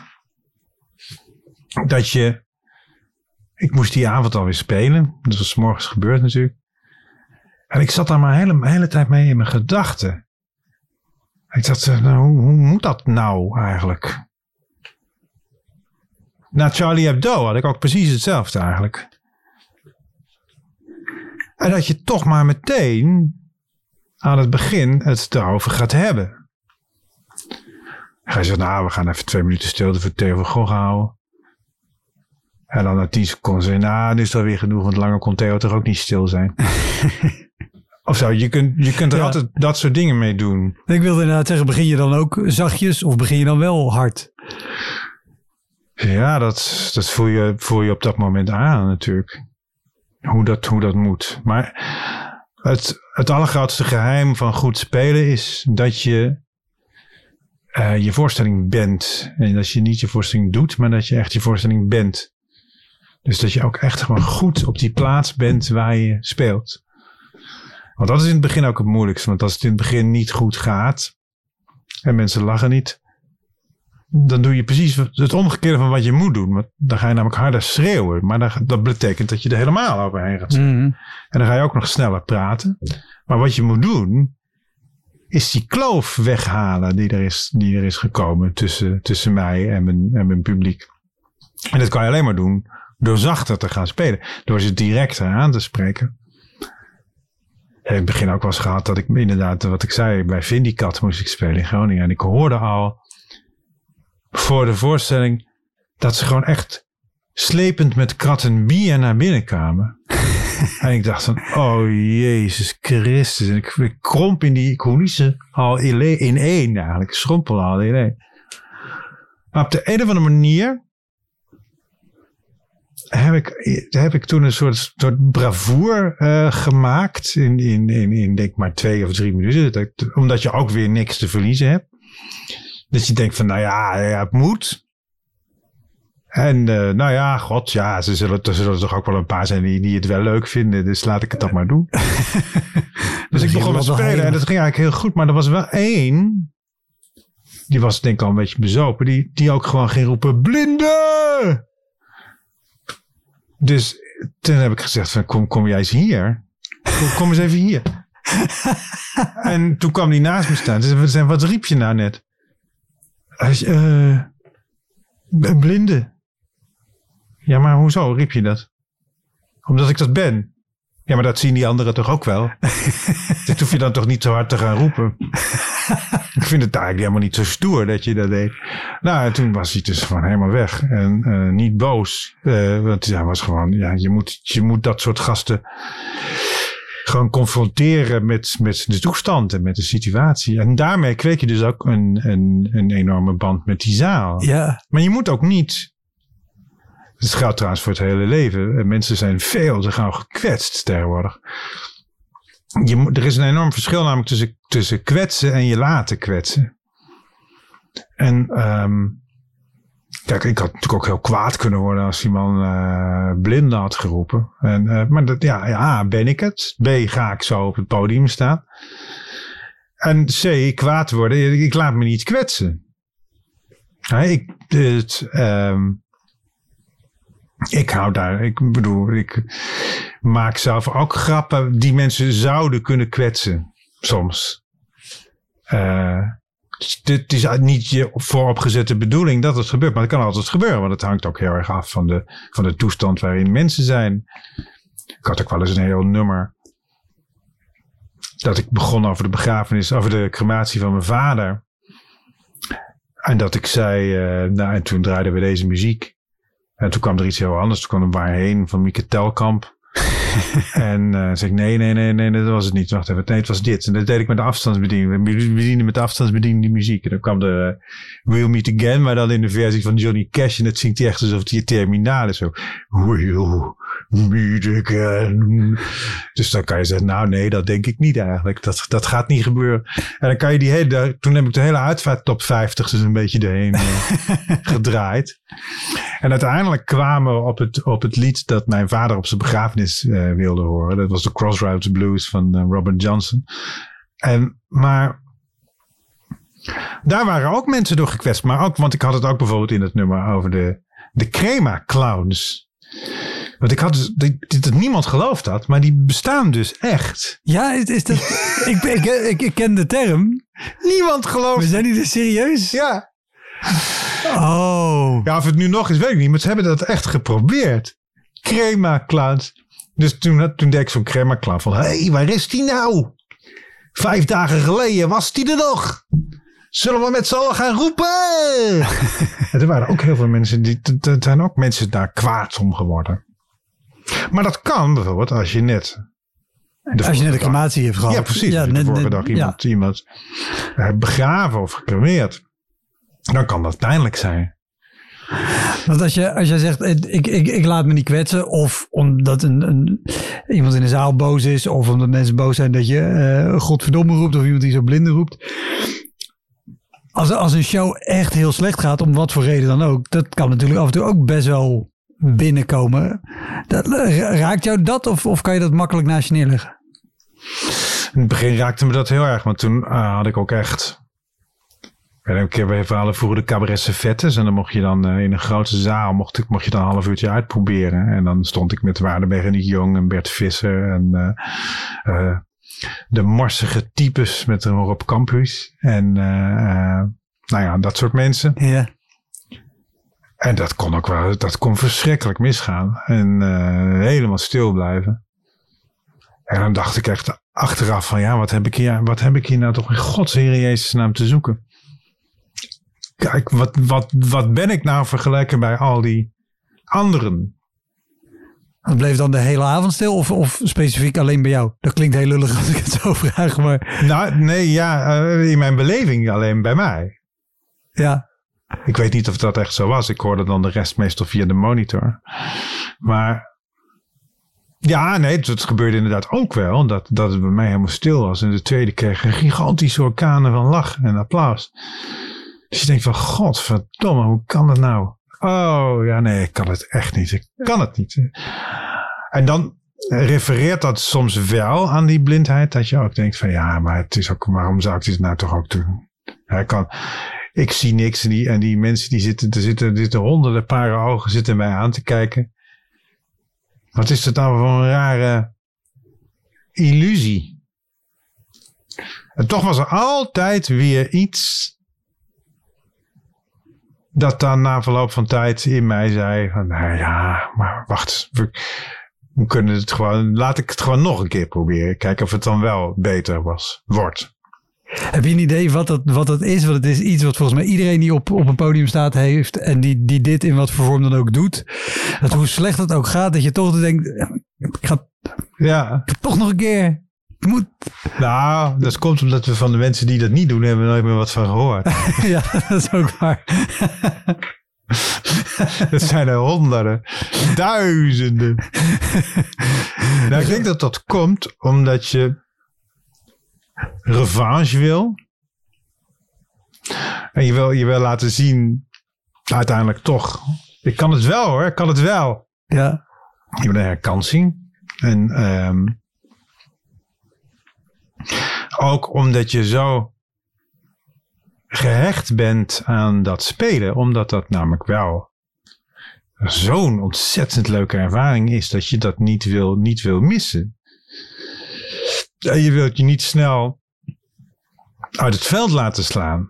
Dat je, ik moest die avond alweer spelen, dat was 's morgens gebeurd natuurlijk. En ik zat daar maar een hele, hele tijd mee in mijn gedachten. Ik dacht, nou, hoe, hoe moet dat nou eigenlijk? Na Charlie Hebdo had ik ook precies hetzelfde eigenlijk. En dat je toch maar meteen aan het begin het erover gaat hebben. Dan ga je zeggen, nou, we gaan even twee minuten stilte voor Theo van Gogh houden. En dan na tien seconden zeggen, nou, nu is het alweer genoeg, want langer kon Theo toch ook niet stil zijn. Of zo, je kunt, je kunt er ja. altijd dat soort dingen mee doen. Ik wilde inderdaad zeggen, begin je dan ook zachtjes of begin je dan wel hard? Ja, dat, dat voel, je, voel je op dat moment aan natuurlijk. Hoe dat, hoe dat moet. Maar het, het allergrootste geheim van goed spelen is dat je uh, je voorstelling bent. En dat je niet je voorstelling doet, maar dat je echt je voorstelling bent. Dus dat je ook echt gewoon goed op die plaats bent waar je speelt. Want dat is in het begin ook het moeilijkste. Want als het in het begin niet goed gaat en mensen lachen niet, dan doe je precies het omgekeerde van wat je moet doen. Want dan ga je namelijk harder schreeuwen. Maar dat, dat betekent dat je er helemaal overheen gaat schreeuwen. Mm-hmm. En dan ga je ook nog sneller praten. Maar wat je moet doen, is die kloof weghalen die er is, die er is gekomen tussen, tussen mij en mijn, en mijn publiek. En dat kan je alleen maar doen door zachter te gaan spelen. Door ze directer aan te spreken. Ik heb in het begin ook wel eens gehad dat ik inderdaad, wat ik zei, bij Vindicat moest ik spelen in Groningen. En ik hoorde al voor de voorstelling dat ze gewoon echt slepend met kratten bier naar binnen kwamen. En ik dacht van, oh Jezus Christus. En ik, ik kromp in die coulissen al in één eigenlijk. Ik schrompel al in één. Maar op de een of andere manier heb ik, heb ik toen een soort, soort bravoure uh, gemaakt. In, in, in, in denk maar twee of drie minuten. Omdat je ook weer niks te verliezen hebt. Dus je denkt van, nou ja, ja het moet. En uh, nou ja, god, ja, ze zullen, er zullen toch ook wel een paar zijn die, die het wel leuk vinden. Dus laat ik het toch maar doen. Dus ik begon met spelen en dat ging eigenlijk heel goed. Maar er was wel één die was denk ik al een beetje bezopen, die, die ook gewoon ging roepen, blinde! Dus toen heb ik gezegd, van, kom, kom jij eens hier? Kom, kom eens even hier. En toen kwam die naast me staan. Ze zei, wat riep je nou net? Hij zei, uh, een blinde. Ja, maar hoezo riep je dat? Omdat ik dat ben. Ja, maar dat zien die anderen toch ook wel? Dat hoef je dan toch niet zo hard te gaan roepen? Ik vind het eigenlijk helemaal niet zo stoer dat je dat deed. Nou, en toen was hij dus gewoon helemaal weg. En uh, niet boos. Uh, want hij was gewoon, ja, je moet, je moet dat soort gasten gewoon confronteren met, met de toestand en met de situatie. En daarmee kweek je dus ook een, een, een enorme band met die zaal. Ja. Maar je moet ook niet... Het geldt trouwens voor het hele leven. Mensen zijn veel te gauw gekwetst tegenwoordig. Je moet, er is een enorm verschil namelijk tussen, tussen kwetsen en je laten kwetsen. En um, kijk, ik had natuurlijk ook heel kwaad kunnen worden als iemand uh, blinde had geroepen. En, uh, maar dat, ja, ja, ben ik het? B, ga ik zo op het podium staan? En C, kwaad worden. Ik laat me niet kwetsen. Ja, ik, het, um, ik hou daar, ik bedoel, ik maak zelf ook grappen die mensen zouden kunnen kwetsen. Soms. Uh, Dit is niet je vooropgezette bedoeling dat het gebeurt. Maar het kan altijd gebeuren. Want het hangt ook heel erg af van de, van de toestand waarin mensen zijn. Ik had ook wel eens een heel nummer. Dat ik begon over de begrafenis. Over de crematie van mijn vader. En dat ik zei. Uh, nou, en toen draaiden we deze muziek. En toen kwam er iets heel anders. Toen kwam er Waarheen van Mieke Telkamp. En uh, zei ik, nee, nee, nee, nee, dat was het niet. Wacht even, nee, het was dit. En dat deed ik met de afstandsbediening. We bedienden met de afstandsbediening die muziek. En dan kwam de uh, We'll Meet Again, maar dan in de versie van Johnny Cash. En dat zingt hij echt alsof het je terminaal is. Zo, We'll Meet Again. Dus dan kan je zeggen, nou nee, dat denk ik niet eigenlijk. Dat, dat gaat niet gebeuren. En dan kan je die hele, toen heb ik de hele uitvaart top vijftig dus een beetje erheen uh, gedraaid. En uiteindelijk kwamen we op het, op het lied dat mijn vader op zijn begrafenis uh, wilde horen. Dat was de Crossroads Blues van uh, Robert Johnson. En, maar daar waren ook mensen door gekwetst. Maar ook, want ik had het ook bijvoorbeeld in het nummer over de, de Crema Clowns. Want ik had dus, dat, dat niemand geloofd had, maar die bestaan dus echt. Ja, is, is dat, ik, ik, ik, ik ken de term. Niemand gelooft. We zijn niet dus serieus? Ja. Oh. Ja, of het nu nog is, weet ik niet. Maar ze hebben dat echt geprobeerd. Crema Clowns. Dus toen, toen deed ik zo'n Crema Clown van, hé, hey, waar is die nou? Vijf dagen geleden was die er nog. Zullen we met z'n allen gaan roepen? En er waren ook heel veel mensen, die, er zijn ook mensen daar kwaad om geworden. Maar dat kan bijvoorbeeld als je net... Als je net een crematie hebt gehad. Ja, precies. Ja, als je net, de vorige net, dag iemand, ja. iemand begraven of gecremeerd. Dan kan dat pijnlijk zijn. Want als je, als je zegt, ik, ik, ik laat me niet kwetsen. Of omdat een, een, iemand in de zaal boos is. Of omdat mensen boos zijn dat je uh, godverdomme roept. Of iemand die zo blinde roept. Als, als een show echt heel slecht gaat. Om wat voor reden dan ook. Dat kan natuurlijk af en toe ook best wel binnenkomen. Dat, raakt jou dat? Of, of kan je dat makkelijk naast je neerleggen? In het begin raakte me dat heel erg. Want toen uh, had ik ook echt... Ik ben een keer bij verhalen vroeger de cabaret servettes. En dan mocht je dan uh, in een grote zaal mocht, ik, mocht je dan een half uurtje uitproberen. En dan stond ik met Waardenberg en Nick Jong en Bert Visser. En uh, uh, de morsige types met een Rob Campus. En uh, uh, nou ja, dat soort mensen. Ja. En dat kon ook wel, dat kon verschrikkelijk misgaan. En uh, helemaal stil blijven. En dan dacht ik echt achteraf van ja, wat heb ik hier, wat heb ik hier nou toch in Gods Heer Jezus naam te zoeken? Kijk, wat, wat, wat ben ik nou vergeleken bij al die anderen? Dat bleef dan de hele avond stil of, of specifiek alleen bij jou? Dat klinkt heel lullig als ik het zo vraag, maar... Nou, nee, ja, uh, in mijn beleving alleen bij mij. Ja. Ik weet niet of dat echt zo was. Ik hoorde dan de rest meestal via de monitor. Maar ja, nee, het gebeurde inderdaad ook wel. Dat, dat het bij mij helemaal stil was. En de tweede kreeg een gigantische orkanen van lach en applaus. Dus je denkt van, godverdomme, hoe kan dat nou? Oh, ja, nee, ik kan het echt niet. Ik kan het niet. En dan refereert dat soms wel aan die blindheid. Dat je ook denkt van, ja, maar het is ook, waarom zou ik dit nou toch ook doen? Hij kan... ik zie niks. En die, en die mensen die zitten, er zitten, er zitten honderden paren ogen zitten mij aan te kijken. Wat is dat nou voor een rare illusie? En toch was er altijd weer iets dat dan na verloop van tijd in mij zei van, nou ja, maar wacht, we, we kunnen het gewoon, laat ik het gewoon nog een keer proberen. Kijken of het dan wel beter was, wordt. Heb je een idee wat dat, wat dat is? Want het is iets wat volgens mij iedereen die op, op een podium staat heeft en die, die dit in wat voor vorm dan ook doet. Dat hoe slecht het ook gaat, dat je toch denkt, ik ga, ja. ik ga toch nog een keer. Ik moet. Nou, dat komt omdat we van de mensen die dat niet doen, hebben we nooit meer wat van gehoord. Ja, dat is ook waar. Dat zijn er honderden, duizenden. Nou, ik denk dat dat komt omdat je revanche wil. En je wil, je wil laten zien, uiteindelijk toch. Ik kan het wel hoor, ik kan het wel. Ja. Je wil een herkansing. En um, ook omdat je zo gehecht bent aan dat spelen. Omdat dat namelijk wel zo'n ontzettend leuke ervaring is. Dat je dat niet wil, niet wil missen. En je wilt je niet snel uit het veld laten slaan.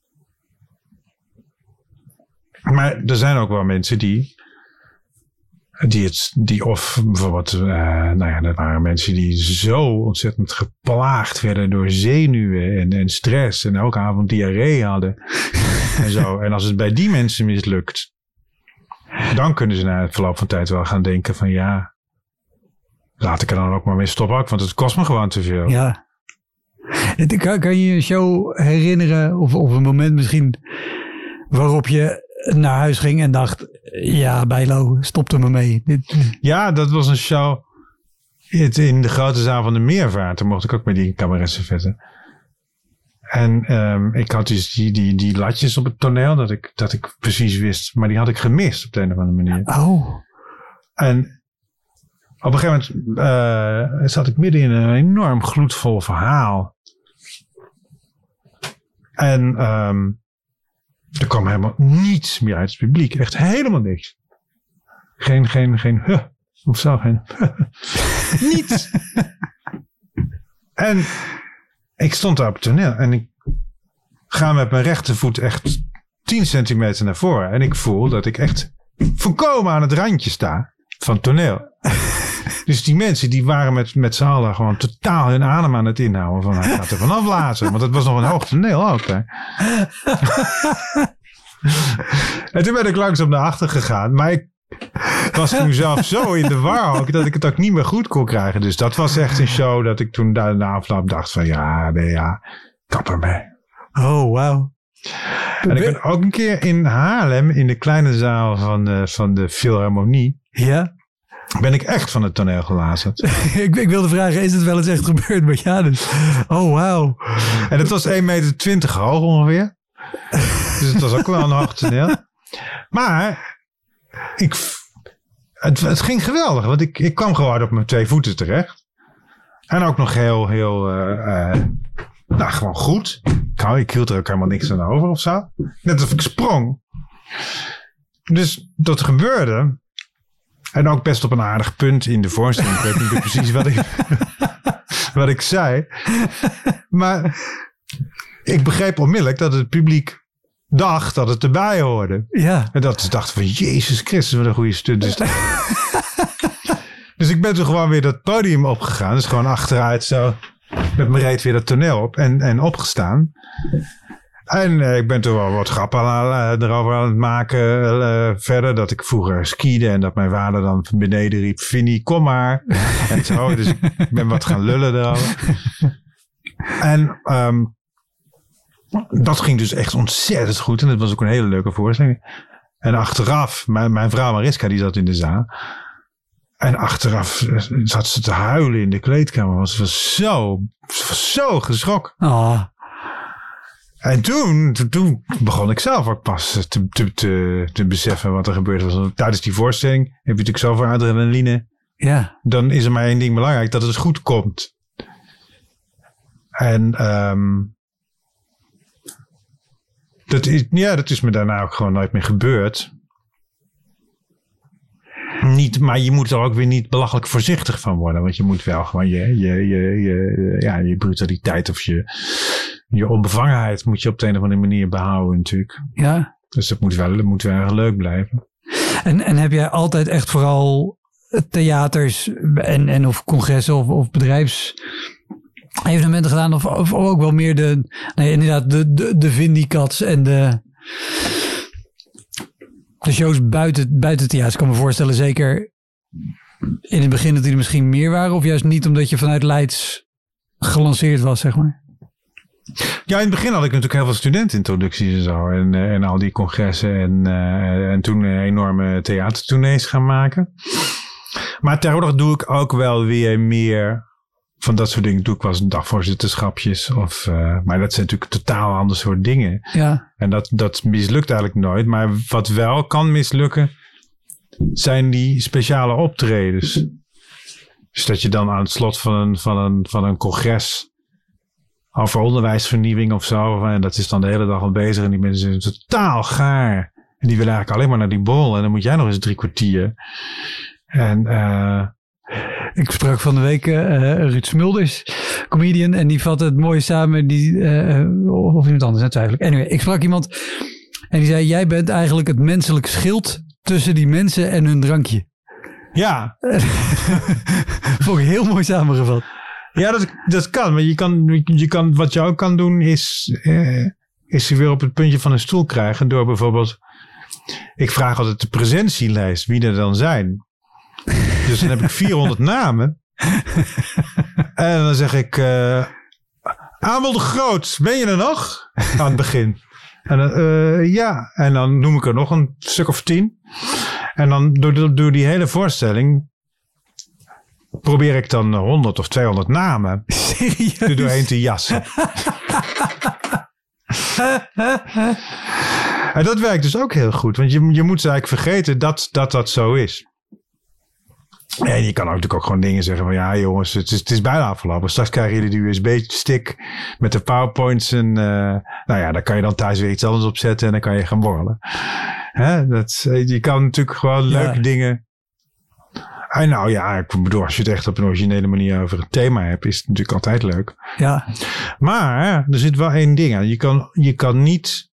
Maar er zijn ook wel mensen die... Die, het, die of bijvoorbeeld, uh, nou ja, dat waren mensen die zo ontzettend geplaagd werden door zenuwen en, en stress en elke avond diarree hadden en zo. En als het bij die mensen mislukt, dan kunnen ze na het verloop van tijd wel gaan denken van ja, laat ik er dan ook maar mee stoppen, want het kost me gewoon te veel. Ja. Kan, kan je je een show herinneren of, of een moment misschien waarop je naar huis ging en dacht, ja, Bijlo, stop er maar mee. Dit... Ja, dat was een show in de grote zaal van de Meervaart. Daar mocht ik ook met die cabaretten vetten. En um, ik had dus die, die, die latjes op het toneel, dat ik, dat ik precies wist, maar die had ik gemist op de een of andere manier. Oh. En op een gegeven moment uh, zat ik midden in een enorm gloedvol verhaal. En um, er kwam helemaal niets meer uit het publiek. Echt helemaal niks. Geen, geen, geen, huh, of zo, geen, huh, niets. En ik stond daar op het toneel en ik ga met mijn rechtervoet echt tien centimeter naar voren. En ik voel dat ik echt volkomen aan het randje sta van het toneel. Dus die mensen die waren met, met z'n allen gewoon totaal hun adem aan het inhouden. Van hij gaat er vanaf blazen. Want het was nog een hoog toneel ook. Hè. En toen ben ik langzaam naar achter gegaan. Maar ik was toen zelf zo in de war ook, dat ik het ook niet meer goed kon krijgen. Dus dat was echt een show dat ik toen daar na afloop dacht van ja, nee ja, kap ermee. Oh, wauw. En ik ben ook een keer in Haarlem in de kleine zaal van de, van de Philharmonie. Ja. Ben ik echt van het toneel gelazerd. ik, ik wilde vragen, is het wel eens echt gebeurd? Maar ja, dus, oh wauw. En het was één meter twintig hoog ongeveer. Dus het was ook wel een hoog toneel. Maar ik, het, het ging geweldig. Want ik, ik kwam gewoon op mijn twee voeten terecht. En ook nog heel, heel, uh, uh, nou gewoon goed. Ik, ik hield er ook helemaal niks aan over of zo. Net alsof ik sprong. Dus dat gebeurde. En ook best op een aardig punt in de voorstelling. Ik weet niet meer precies wat ik, wat ik zei. Maar ik begreep onmiddellijk dat het publiek dacht dat het erbij hoorde. Ja. En dat ze dachten van Jezus Christus, wat een goede stunt is dat. Dus ik ben toen gewoon weer dat podium opgegaan. Dus gewoon achteruit zo met mijn reet weer dat toneel op en, en opgestaan. En uh, ik ben toen wel wat grappen aan, uh, erover aan het maken uh, verder. Dat ik vroeger skiede en dat mijn vader dan van beneden riep, Vinnie, kom maar. En zo, dus ik ben wat gaan lullen erover. En um, dat ging dus echt ontzettend goed. En dat was ook een hele leuke voorstelling. En achteraf, mijn, mijn vrouw Mariska, die zat in de zaal. En achteraf zat ze te huilen in de kleedkamer. Want ze was zo, ze was zo geschrokken. Oh. En toen, toen begon ik zelf ook pas te, te, te, te beseffen wat er gebeurd was. Tijdens die voorstelling heb je natuurlijk zoveel adrenaline. Ja. Dan is er maar één ding belangrijk, dat het goed komt. En um, Dat is, ja, dat is me daarna ook gewoon nooit meer gebeurd. Niet, maar je moet er ook weer niet belachelijk voorzichtig van worden. Want je moet wel gewoon je, je, je, je, ja, je brutaliteit of je, je onbevangenheid moet je op de een of andere manier behouden natuurlijk. Ja. Dus dat moet wel, dat moet wel leuk blijven. En, en heb jij altijd echt vooral theaters en, en of congressen of, of bedrijfsevenementen gedaan? Of, of ook wel meer de, nee, inderdaad, de, de, de Vindicats en de, de shows buiten, buiten theaters. Ik kan me voorstellen, zeker in het begin dat die er misschien meer waren. Of juist niet omdat je vanuit Leids gelanceerd was, zeg maar. Ja, in het begin had ik natuurlijk heel veel studentenintroducties en zo. En, en al die congressen. En, uh, en toen enorme theatertournees gaan maken. Maar tegenwoordig doe ik ook wel weer meer van dat soort dingen. Doe ik wel eens dagvoorzitterschapjes. Of, uh, maar dat zijn natuurlijk totaal ander soort dingen. Ja. En dat, dat mislukt eigenlijk nooit. Maar wat wel kan mislukken, zijn die speciale optredens. Dus dat je dan aan het slot van een, van een, van een congres over onderwijsvernieuwing of zo. En dat is dan de hele dag al bezig. En die mensen zijn totaal gaar. En die willen eigenlijk alleen maar naar die borrel. En dan moet jij nog eens drie kwartier. En uh, ik sprak van de week uh, Ruud Smulders, comedian. En die vatte het mooi samen. Die, uh, of iemand anders, net eigenlijk. Anyway, ik sprak iemand. En die zei, jij bent eigenlijk het menselijk schild tussen die mensen en hun drankje. Ja. Vond ik heel mooi samengevat. Ja, dat, dat kan. Maar je kan, je kan, wat je ook kan doen is, eh, is ze weer op het puntje van een stoel krijgen. Door bijvoorbeeld, ik vraag altijd de presentielijst wie er dan zijn. Dus dan heb ik vierhonderd namen. En dan zeg ik, uh, Abel de Groot, ben je er nog? Aan het begin. En dan, uh, ja, en dan noem ik er nog een stuk of tien. En dan door, door die hele voorstelling probeer ik dan honderd of tweehonderd namen Serieus? er doorheen te jassen. En dat werkt dus ook heel goed. Want je, je moet ze eigenlijk vergeten dat, dat dat zo is. En je kan ook natuurlijk ook gewoon dingen zeggen van ja jongens, het is, het is bijna afgelopen. Straks krijgen jullie de U S B-stick met de PowerPoints. En uh, nou ja, daar kan je dan thuis weer iets anders op zetten en dan kan je gaan borrelen. Hè? Dat, je kan natuurlijk gewoon ja. leuke dingen. En nou ja, ik bedoel, als je het echt op een originele manier over het thema hebt, is het natuurlijk altijd leuk. Ja. Maar er zit wel één ding aan. Je kan, je kan niet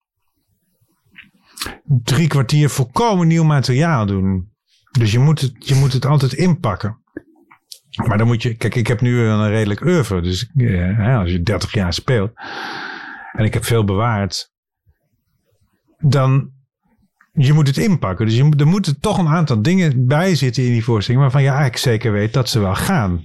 drie kwartier volkomen nieuw materiaal doen. Dus je moet het, je moet het altijd inpakken. Maar dan moet je, kijk, ik heb nu een redelijk oeuvre. Dus eh, als je dertig jaar speelt en ik heb veel bewaard, dan je moet het inpakken. Dus je, er moeten toch een aantal dingen bij zitten in die voorstelling waarvan je eigenlijk zeker weet dat ze wel gaan.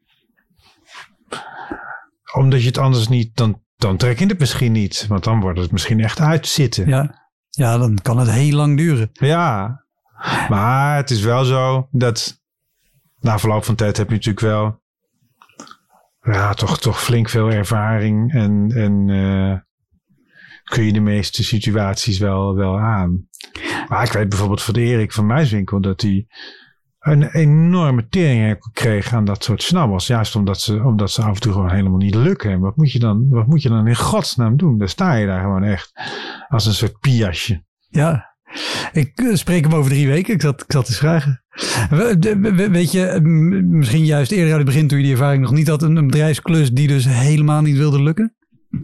Omdat je het anders niet, dan, dan trek je het misschien niet. Want dan wordt het misschien echt uitzitten. Ja, ja, dan kan het heel lang duren. Ja, maar het is wel zo dat na verloop van tijd heb je natuurlijk wel ja, toch, toch flink veel ervaring en, en uh, kun je de meeste situaties wel, wel aan. Maar ik weet bijvoorbeeld van Erik van Muiswinkel dat hij een enorme tering kreeg aan dat soort snabbels. Juist omdat ze, omdat ze af en toe gewoon helemaal niet lukken. En wat moet je dan, wat moet je dan in godsnaam doen? Dan sta je daar gewoon echt als een soort piasje. Ja. Ik spreek hem over drie weken. Ik zat, ik zat te vragen. We, weet je, misschien juist eerder aan het begin toen je die ervaring nog niet had. Een, een bedrijfsklus die dus helemaal niet wilde lukken?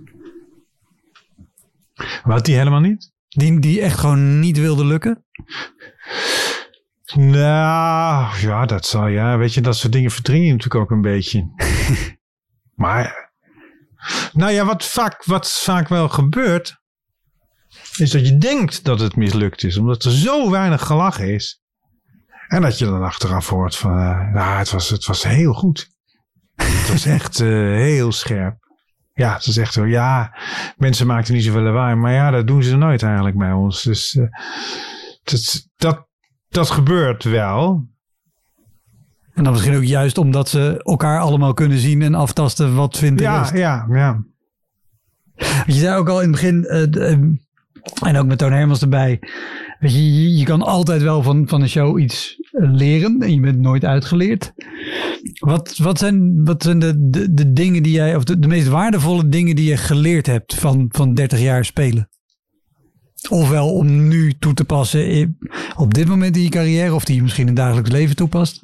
Wat die helemaal niet? Die, die echt gewoon niet wilde lukken? Nou, ja, dat zal ja. Weet je, dat soort dingen verdringen je natuurlijk ook een beetje. Maar, nou ja, wat vaak, wat vaak wel gebeurt, is dat je denkt dat het mislukt is. Omdat er zo weinig gelachen is. En dat je dan achteraf hoort van, uh, nou, het was, het was heel goed. Het was echt uh, heel scherp. Ja, het is echt zo, ja, mensen maakten niet zoveel lawaai. Maar ja, dat doen ze nooit eigenlijk bij ons. Dus uh, dat, dat, dat gebeurt wel. En dan misschien ook juist omdat ze elkaar allemaal kunnen zien en aftasten wat vindt de ja, rest. Ja, ja. Je zei ook al in het begin, uh, uh, en ook met Toon Hermans erbij, weet je, je, je kan altijd wel van, van een show iets leren en je bent nooit uitgeleerd. Wat, wat zijn, wat zijn de, de, de dingen die jij, of de, de meest waardevolle dingen die je geleerd hebt van, van dertig jaar spelen? Ofwel om nu toe te passen in, op dit moment in je carrière, of die je misschien in het dagelijks leven toepast?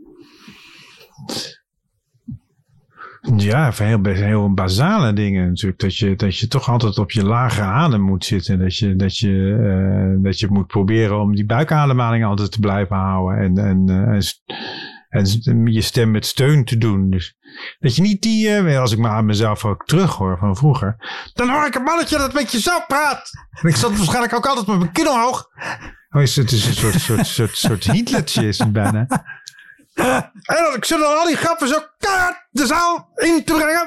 Ja, van heel, heel basale dingen natuurlijk. Dat je, dat je toch altijd op je lage adem moet zitten. Dat je, dat je, uh, dat je moet proberen om die buikademhaling altijd te blijven houden. En, en, uh, en, en je stem met steun te doen. Dus dat je niet die, uh, als ik me aan mezelf ook terug hoor van vroeger. Dan hoor ik een mannetje dat met je zo praat. En ik zat waarschijnlijk ook altijd met mijn kin omhoog. Oh, is het is een soort, soort, soort, soort Hitlertje is het bijna. En dat ik zit dan al die grappen zo kaart de zaal in te brengen.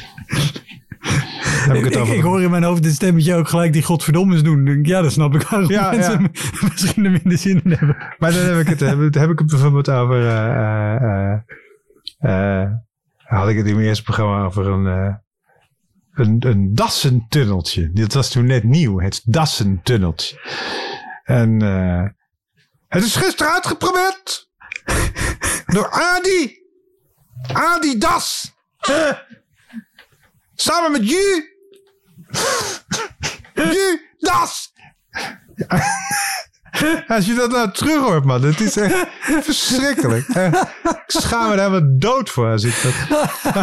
Heb ik, het ik, ik hoor in mijn hoofd dit stemmetje ook gelijk die godverdommes doen. Denk, ja, dat snap ik waarom ja, mensen ja. misschien er minder zin in hebben. Maar dan heb ik het, heb, heb ik het bijvoorbeeld over... Uh, uh, uh, had ik het in mijn eerste programma over een, uh, een, een dassentunneltje. Dat was toen net nieuw, het dassentunneltje. En uh, het is gisteren uitgeprobeerd... Door Adi. Adi Das. Uh, samen met Ju. Ju Das. Als je dat nou terug hoort, man. Het is echt verschrikkelijk. Uh, ik schaam me er helemaal dood voor als ik dat...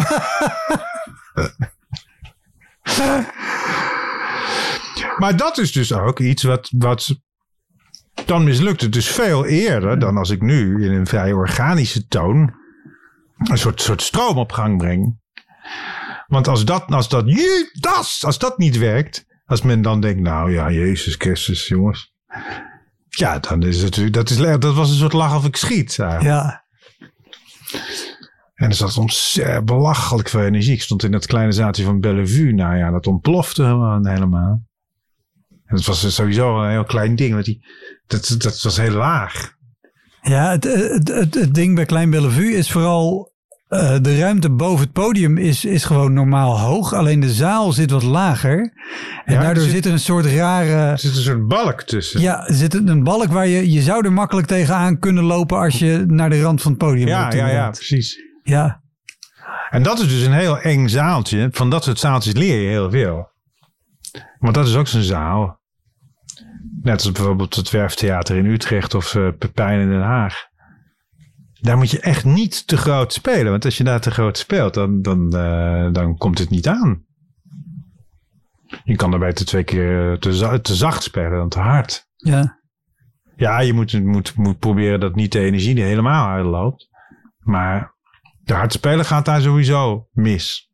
Maar dat is dus ook iets wat... wat dan mislukt het dus veel eerder dan als ik nu in een vrij organische toon een soort, soort stroom op gang breng. Want als dat, als dat, das, als dat niet werkt, als men dan denkt, nou ja, Jezus Christus, jongens. Ja, dan is het natuurlijk, dat, is, dat was een soort lach of ik schiet. Eigenlijk. Ja. En er zat ontzettend belachelijk veel energie. Ik stond in dat kleine zaaltje van Bellevue. Nou ja, dat ontplofte gewoon helemaal. En het was sowieso een heel klein ding. Want die, dat, dat was heel laag. Ja, het, het, het, het ding bij Klein Bellevue is vooral... Uh, de ruimte boven het podium is, is gewoon normaal hoog. Alleen de zaal zit wat lager. En ja, daardoor er zit, zit er een soort rare... Er zit een soort balk tussen. Ja, er zit een balk waar je... Je zou er makkelijk tegenaan kunnen lopen als je naar de rand van het podium ja, wilt. Ja, ja, precies. Ja. En dat is dus een heel eng zaaltje. Van dat soort zaaltjes leer je heel veel. Want dat is ook zo'n zaal. Net als bijvoorbeeld het Werftheater in Utrecht of uh, Pepijn in Den Haag. Daar moet je echt niet te groot spelen. Want als je daar te groot speelt, dan, dan, uh, dan komt het niet aan. Je kan daarbij te twee keer te, te zacht spelen dan te hard. Ja. Ja, je moet, moet, moet proberen dat niet de energie er helemaal uitloopt. Maar de hard spelen gaat daar sowieso mis.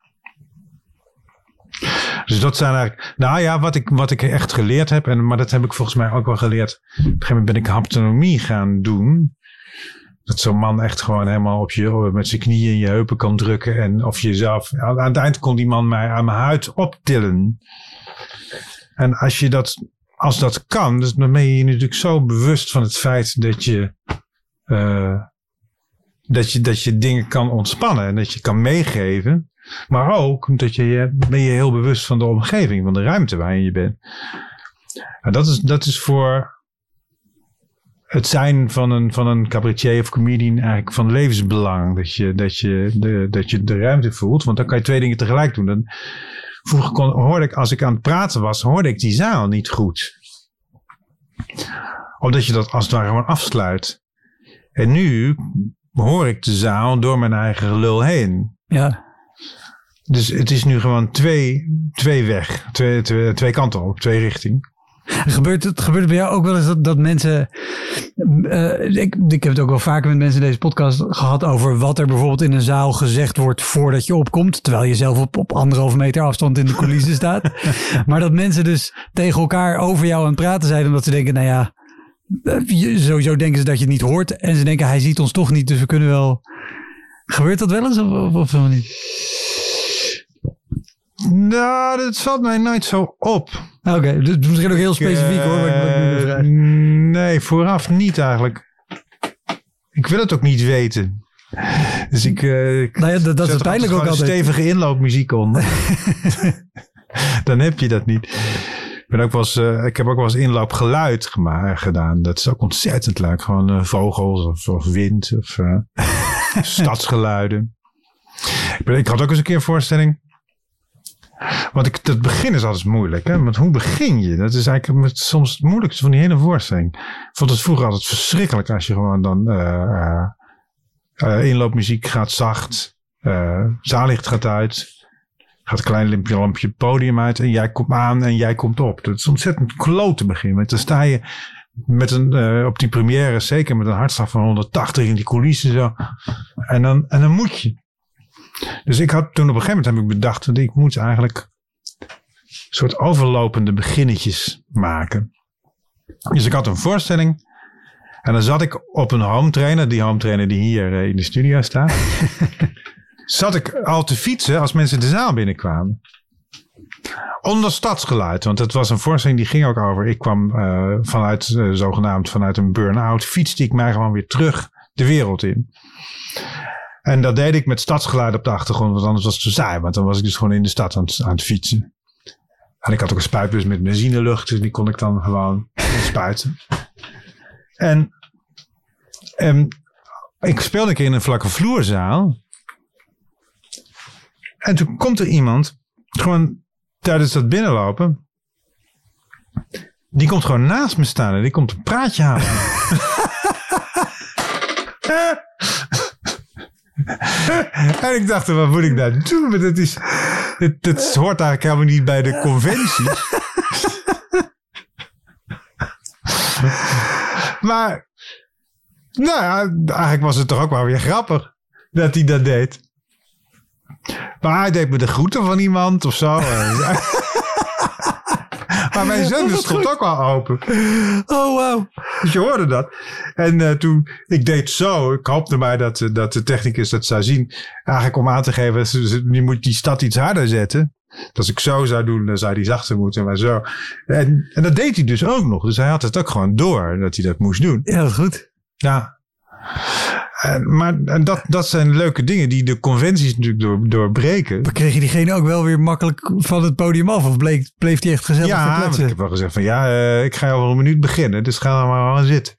Dus dat zijn eigenlijk... Nou ja, wat ik, wat ik echt geleerd heb... En, maar dat heb ik volgens mij ook wel geleerd. Op een gegeven moment ben ik haptonomie gaan doen. Dat zo'n man echt gewoon helemaal op je, met zijn knieën in je heupen kan drukken. En of je jezelf... Aan het eind kon die man mij aan mijn huid optillen. En als je dat... Als dat kan, dus dan ben je je natuurlijk zo bewust van het feit dat je... Uh, dat je, dat je dingen kan ontspannen. En dat je kan meegeven. Maar ook dat je, ben je heel bewust van de omgeving, van de ruimte waarin je bent. En dat is, dat is voor het zijn van een, van een cabaretier of comedian eigenlijk van levensbelang. Dat je, dat, je de, dat je de ruimte voelt, want dan kan je twee dingen tegelijk doen. Dan, vroeger kon, hoorde ik, als ik aan het praten was, hoorde ik die zaal niet goed. Omdat je dat als het ware gewoon afsluit. En nu hoor ik de zaal door mijn eigen gelul heen. Ja. Dus het is nu gewoon twee, twee weg. Twee, twee, twee kanten op, twee richting. Gebeurt het gebeurt bij jou ook wel eens dat, dat mensen... Uh, ik, ik heb het ook wel vaker met mensen in deze podcast gehad over wat er bijvoorbeeld in een zaal gezegd wordt voordat je opkomt. Terwijl je zelf op, op anderhalve meter afstand in de coulissen staat. Maar dat mensen dus tegen elkaar over jou aan het praten zijn. Omdat ze denken, nou ja, sowieso denken ze dat je het niet hoort. En ze denken, hij ziet ons toch niet, dus we kunnen wel... Gebeurt dat wel eens of, of, of helemaal niet? Nou, dat valt mij nooit zo op. Oké, okay, dus misschien ook heel specifiek uh, hoor. Wat ik, wat ik nu vraag. Nee, vooraf niet eigenlijk. Ik wil het ook niet weten. Dus ik, uh, ik nou ja, dat, dat is uiteindelijk ook altijd stevige inloopmuziek onder. Dan heb je dat niet. Ik, ben ook wel eens, uh, ik heb ook wel eens inloopgeluid gema- gedaan. Dat is ook ontzettend leuk. Gewoon uh, vogels of, of wind of uh, stadsgeluiden. Ik, ben, ik had ook eens een keer een voorstelling. Want ik, het begin is altijd moeilijk. Hè? Want hoe begin je? Dat is eigenlijk met, soms het moeilijkste van die hele voorstelling. Ik vond het vroeger altijd verschrikkelijk als je gewoon dan uh, uh, uh, inloopmuziek gaat zacht. Uh, zaallicht gaat uit. Gaat een klein lampje, lampje podium uit. En jij komt aan en jij komt op. Dat is ontzettend klote begin. Want dan sta je met een, uh, op die première, zeker met een hartslag van honderdtachtig in die coulissen zo. En dan, en dan moet je. Dus ik had toen op een gegeven moment heb ik bedacht dat ik moet eigenlijk een soort overlopende beginnetjes maken. Dus ik had een voorstelling en dan zat ik op een home trainer, die home trainer die hier uh, in de studio staat. Zat ik al te fietsen als mensen de zaal binnenkwamen. Onder stadsgeluid, want het was een voorstelling die ging ook over. Ik kwam uh, vanuit, uh, zogenaamd vanuit een burn-out, fietste ik mij gewoon weer terug de wereld in. En dat deed ik met stadsgeluid op de achtergrond, want anders was het te saai. Want dan was ik dus gewoon in de stad aan het, aan het fietsen. En ik had ook een spuitbus met benzinelucht, dus die kon ik dan gewoon spuiten. En, en ik speelde een keer in een vlakke vloerzaal. En toen komt er iemand, gewoon tijdens dat binnenlopen, die komt gewoon naast me staan en die komt een praatje halen. En ik dacht, wat moet ik nou doen? Maar dat, is, dat, dat hoort eigenlijk helemaal niet bij de conventie. Maar, nou ja, eigenlijk was het toch ook wel weer grappig dat hij dat deed. Maar hij deed me de groeten van iemand of zo. Maar mijn zoon stond ook wel open. Oh, wow. Dus je hoorde dat. En uh, toen, ik deed zo. Ik hoopte maar dat, dat de technicus dat zou zien. Eigenlijk om aan te geven, je moet die stad iets harder zetten. Dat als ik zo zou doen, dan zou hij zachter moeten. Maar zo. En, en dat deed hij dus ook nog. Dus hij had het ook gewoon door dat hij dat moest doen. Ja, dat is goed. Ja. En, maar en dat, dat zijn leuke dingen die de conventies natuurlijk door, doorbreken. Dan kreeg je diegene ook wel weer makkelijk van het podium af? Of bleef, bleef die echt gezellig ja, verkletsen? Ja, ik heb wel gezegd van ja, uh, ik ga over een minuut beginnen. Dus ga er maar aan zitten.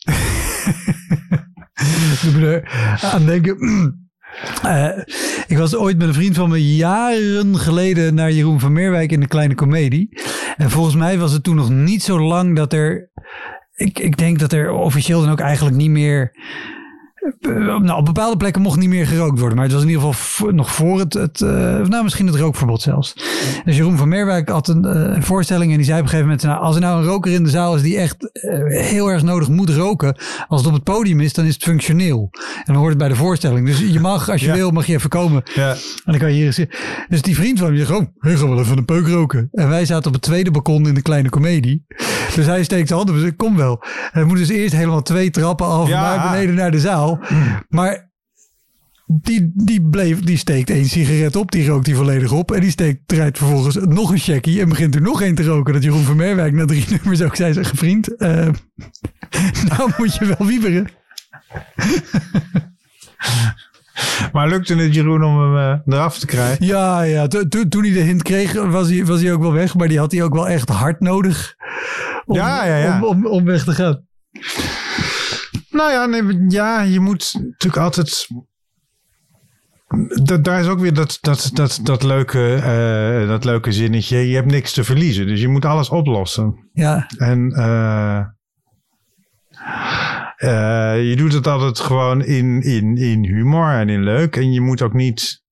Ik moet er aan denken. Uh, ik was ooit met een vriend van me jaren geleden naar Jeroen van Meerwijk in de Kleine Comedie. En volgens mij was het toen nog niet zo lang dat er... Ik, ik denk dat er officieel dan ook eigenlijk niet meer... Nou, op bepaalde plekken mocht niet meer gerookt worden. Maar het was in ieder geval v- nog voor het... het uh, nou, misschien het rookverbod zelfs. Dus Jeroen van Meerwijk had een, uh, een voorstelling. En die zei op een gegeven moment... Nou, als er nou een roker in de zaal is die echt uh, heel erg nodig moet roken. Als het op het podium is, dan is het functioneel. En dan hoort het bij de voorstelling. Dus je mag, als je ja. wil, mag je even komen. Ja. En dan kan je hier zitten. Dus die vriend van hem zegt... Oh, ik ga wel even een peuk roken. En wij zaten op het tweede balkon in de Kleine Comedie. Dus hij steekt zijn handen. Dus ik kom wel. En hij moet dus eerst helemaal twee trappen af ja. naar beneden naar de zaal. Maar die, die, bleef, die steekt één sigaret op, die rookt die volledig op. En die steekt, draait vervolgens nog een checkie en begint er nog één te roken. Dat Jeroen van Meerwijk na drie nummers ook zei, zeggen vriend, uh, nou moet je wel wieberen. Maar lukte het Jeroen om hem uh, eraf te krijgen? Ja, ja. To, to, toen hij de hint kreeg, was hij, was hij ook wel weg. Maar die had hij ook wel echt hard nodig om, ja, ja, ja. om, om, om weg te gaan. Nou ja, nee, ja, je moet natuurlijk altijd... Dat, daar is ook weer dat, dat, dat, dat, leuke, uh, dat leuke zinnetje. Je hebt niks te verliezen, dus je moet alles oplossen. Ja. En uh, uh, je doet het altijd gewoon in, in, in humor en in leuk. En je moet ook niet...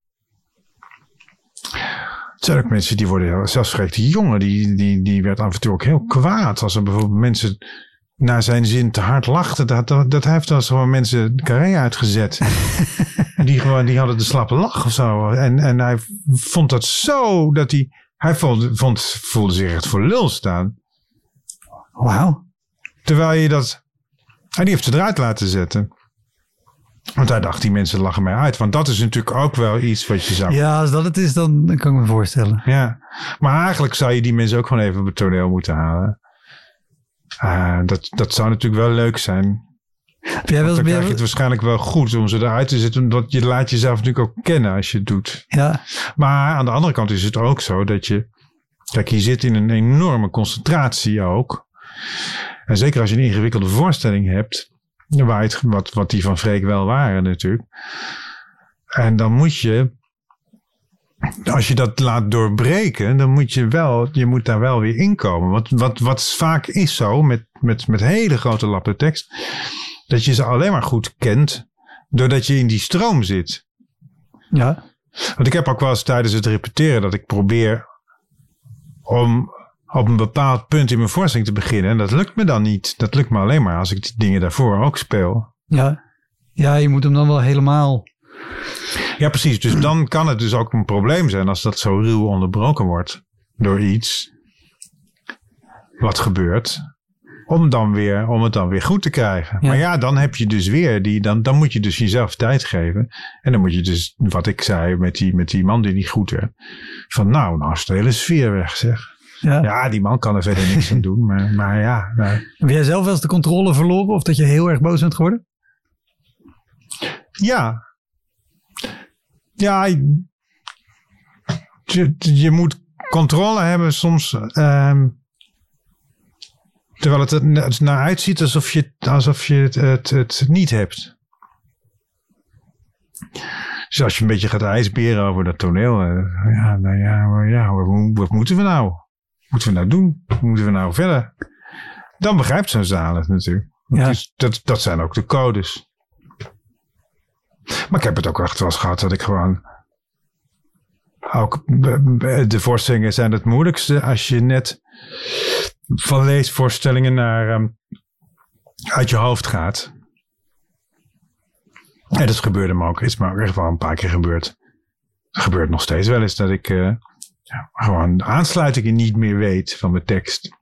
Er zijn ook mensen die worden... Zelfs Freek de Jonge, die, die, die werd af en toe ook heel kwaad. Als er bijvoorbeeld mensen... naar zijn zin te hard lachte. Dat, dat, dat heeft als gewoon mensen de carré uitgezet. die, gewoon, die hadden de slappe lach of zo. En, en hij vond dat zo dat hij... Hij vond, vond, voelde zich echt voor lul staan. Wauw. Terwijl je dat... En die heeft ze eruit laten zetten. Want hij dacht, die mensen lachen mij uit. Want dat is natuurlijk ook wel iets wat je zou... Ja, als dat het is, dan, dan kan ik me voorstellen. Ja. Maar eigenlijk zou je die mensen ook gewoon even op het toneel moeten halen. Uh, dat, dat zou natuurlijk wel leuk zijn. Jij wel, dan krijg je het waarschijnlijk wel goed om ze eruit te zetten. Omdat je laat jezelf natuurlijk ook kennen als je het doet. Ja. Maar aan de andere kant is het ook zo dat je... Kijk, je zit in een enorme concentratie ook. En zeker als je een ingewikkelde voorstelling hebt. Waar het, wat, wat die van Freek wel waren natuurlijk. En dan moet je... als je dat laat doorbreken, dan moet je wel, je moet daar wel weer inkomen. Wat, wat, wat vaak is zo met, met, met hele grote lappen tekst, dat je ze alleen maar goed kent doordat je in die stroom zit. Ja. Want ik heb ook wel eens tijdens het repeteren dat ik probeer om op een bepaald punt in mijn voorstelling te beginnen. En dat lukt me dan niet. Dat lukt me alleen maar als ik die dingen daarvoor ook speel. Ja, ja, je moet hem dan wel helemaal... Ja, precies. Dus dan kan het dus ook een probleem zijn als dat zo ruw onderbroken wordt door iets wat gebeurt. Om, dan weer, om het dan weer goed te krijgen. Ja. Maar ja, dan heb je dus weer die, dan, dan moet je dus jezelf tijd geven. En dan moet je dus, wat ik zei met die, met die man die niet goed werd. Van nou, nou is de hele sfeer weg, zeg. Ja. ja, die man kan er verder niks aan doen. Maar, maar ja. Nou. Heb jij zelf wel eens de controle verloren of dat je heel erg boos bent geworden? Ja. Ja, je, je moet controle hebben soms. Um, terwijl het er naar uitziet alsof je, alsof je het, het, het niet hebt. Dus als je een beetje gaat ijsberen over dat toneel. Uh, ja, nou ja, maar ja wat, wat moeten we nou? Wat moeten we nou doen? Hoe moeten we nou verder? Dan begrijpt zo'n zaal het natuurlijk. Ja. Dus dat, dat zijn ook de codes. Maar ik heb het ook echt wel eens gehad dat ik gewoon... Ook de voorstellingen zijn het moeilijkste als je net van leesvoorstellingen naar um, uit je hoofd gaat. En dat gebeurde me ook. Is me ook echt wel een paar keer gebeurd. Het gebeurt nog steeds wel eens dat ik uh, ja, gewoon de aansluitingen niet meer weet van mijn tekst.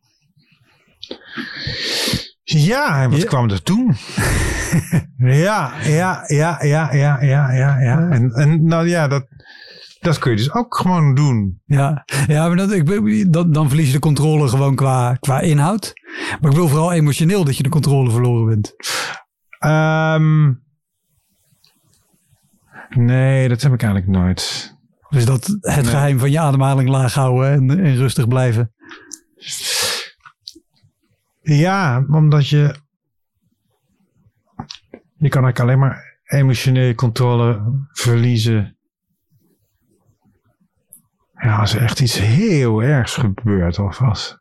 Ja, en wat ja. kwam er toen? ja, ja, ja, ja, ja, ja, ja, ja. En, en nou ja, dat, dat kun je dus ook gewoon doen. Ja, ja maar dat, ik, dan, dan verlies je de controle gewoon qua, qua inhoud. Maar ik wil vooral emotioneel dat je de controle verloren bent. Um, nee, dat heb ik eigenlijk nooit. Dus dat het nee. geheim van je ademhaling laag houden en, en rustig blijven. Ja, omdat je... Je kan eigenlijk alleen maar emotionele controle verliezen. Ja, als er echt iets heel ergs gebeurt. Of als...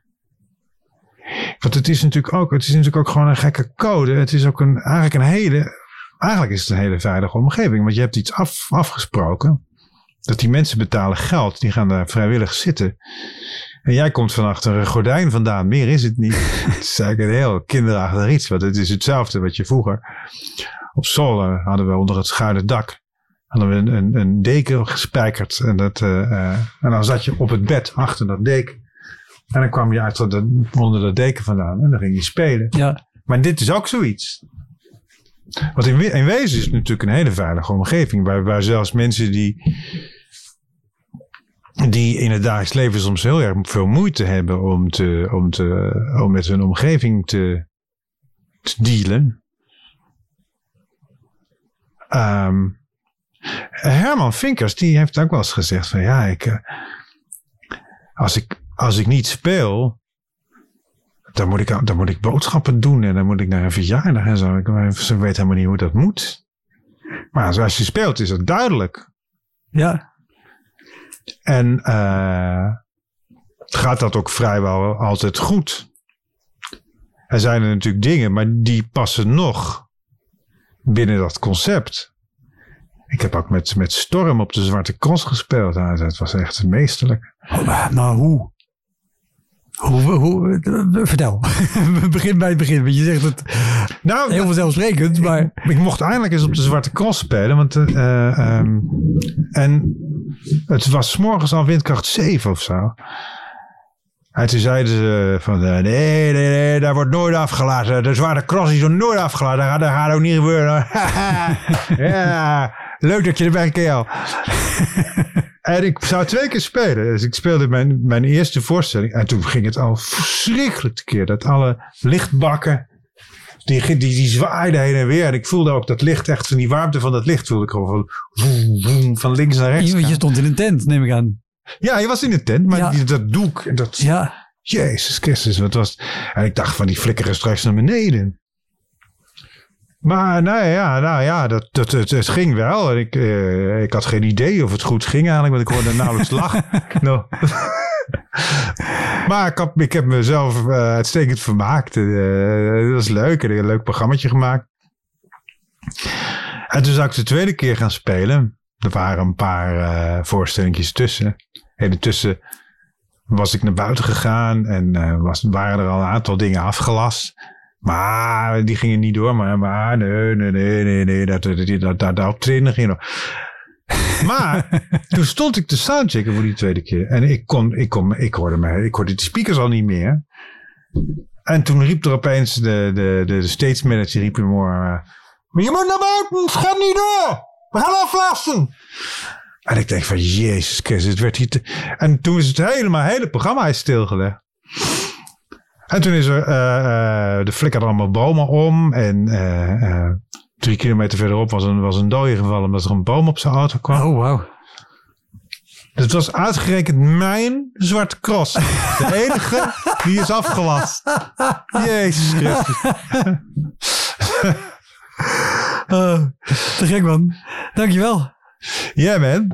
Want het is natuurlijk ook, het is natuurlijk ook gewoon een gekke code. Het is ook een, eigenlijk een hele... Eigenlijk is het een hele veilige omgeving. Want je hebt iets af, afgesproken. Dat die mensen betalen geld. Die gaan daar vrijwillig zitten. En jij komt van achter een gordijn vandaan. Meer is het niet. Het is eigenlijk een heel kinderachtig iets. Want het is hetzelfde wat je vroeger... Op Zolder hadden we onder het schuine dak... hadden we een, een, een deken gespijkerd. En, dat, uh, uh, en dan zat je op het bed achter dat deken. En dan kwam je uit de, onder dat deken vandaan. En dan ging je spelen. Ja. Maar dit is ook zoiets. Want in, in wezen is het natuurlijk een hele veilige omgeving. Waar, waar zelfs mensen die... die in het dagelijks leven soms heel erg veel moeite hebben om, te, om, te, om met hun omgeving te, te dealen. Um, Herman Vinkers, die heeft ook wel eens gezegd van ja, ik, uh, als, ik, als ik niet speel, dan moet, ik, dan moet ik boodschappen doen en dan moet ik naar een verjaardag en zo. Ik weet helemaal niet hoe dat moet. Maar als je speelt is het duidelijk. Ja. En uh, gaat dat ook vrijwel altijd goed. Er zijn er natuurlijk dingen, maar die passen nog binnen dat concept. Ik heb ook met, met Storm op de Zwarte Cross gespeeld. Nou, dat was echt meesterlijk. Oh, nou, hoe? Hoe, hoe? Vertel. Begin bij het begin. Want je zegt het nou, heel vanzelfsprekend. Maar... Ik mocht eindelijk eens op de Zwarte Cross spelen. Want, uh, um, en het was 's morgens al windkracht zeven of zo. En toen zeiden ze van nee, nee, nee, daar wordt nooit afgelaten. De Zwarte Cross is er nooit afgelaten. Dat gaat ook niet gebeuren. Ja, leuk dat je erbij kerel. En ik zou twee keer spelen. Dus ik speelde mijn, mijn eerste voorstelling. En toen ging het al verschrikkelijk tekeer. Dat alle lichtbakken, die, die, die zwaaiden heen en weer. En ik voelde ook dat licht, echt van die warmte van dat licht, voelde ik gewoon van, vroom, vroom, van links naar rechts. Je, je stond in een tent, neem ik aan. Ja, je was in een tent, maar ja. die, dat doek. En dat, ja. Jezus Christus, wat was het? En ik dacht van, die flikkeren straks naar beneden. Maar nou ja, nou ja dat, dat, het, het ging wel. En ik, uh, ik had geen idee of het goed ging eigenlijk, want ik hoorde nauwelijks lachen. no. Maar ik, had, ik heb mezelf uh, uitstekend vermaakt. Uh, dat was leuk. En ik heb een leuk programmaatje gemaakt. En toen zou ik de tweede keer gaan spelen. Er waren een paar uh, voorstellingjes tussen. En intussen was ik naar buiten gegaan en uh, was, waren er al een aantal dingen afgelast. Maar die gingen niet door. Maar, maar nee, nee, nee, nee, nee, dat, dat, dat, dat, dat optreden ging nog. Maar toen stond ik te soundchecken voor die tweede keer. En ik kon, ik kon, ik hoorde me, ik hoorde de speakers al niet meer. En toen riep er opeens de, de, de, de stage manager, riep hem maar, je moet naar buiten, het gaat niet door. We gaan aflasten. En ik denk van, Jezus Christus, het werd hier te... En toen is het helemaal, het hele programma is stilgelegd. En toen is er, uh, uh, de flikkerde allemaal bomen om. En uh, uh, drie kilometer verderop was een, was een dode gevallen omdat er een boom op zijn auto kwam. Oh, wow. Het was uitgerekend mijn zwarte cross. De enige die is afgelast. Jezus Christus. uh, te gek, man. Dankjewel. Ja, yeah, man.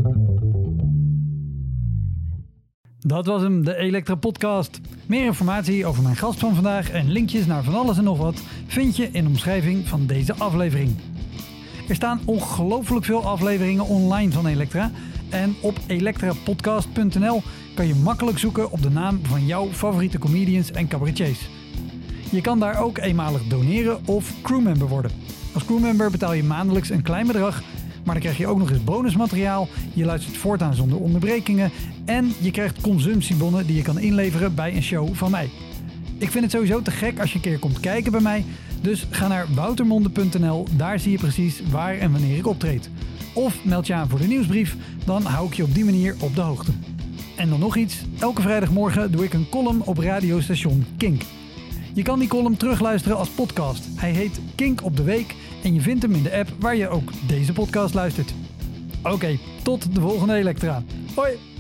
Dat was hem, de Elektra Podcast. Meer informatie over mijn gast van vandaag en linkjes naar van alles en nog wat vind je in de omschrijving van deze aflevering. Er staan ongelooflijk veel afleveringen online van Elektra. En op elektrapodcast punt n l kan je makkelijk zoeken op de naam van jouw favoriete comedians en cabaretiers. Je kan daar ook eenmalig doneren of crewmember worden. Als crewmember betaal je maandelijks een klein bedrag, maar dan krijg je ook nog eens bonusmateriaal. Je luistert voortaan zonder onderbrekingen en je krijgt consumptiebonnen die je kan inleveren bij een show van mij. Ik vind het sowieso te gek als je een keer komt kijken bij mij, dus ga naar woutermonde punt n l, daar zie je precies waar en wanneer ik optreed. Of meld je aan voor de nieuwsbrief, dan hou ik je op die manier op de hoogte. En dan nog iets, elke vrijdagmorgen doe ik een column op radiostation Kink. Je kan die column terugluisteren als podcast. Hij heet Kink op de Week en je vindt hem in de app waar je ook deze podcast luistert. Oké, okay, tot de volgende Elektra. Hoi!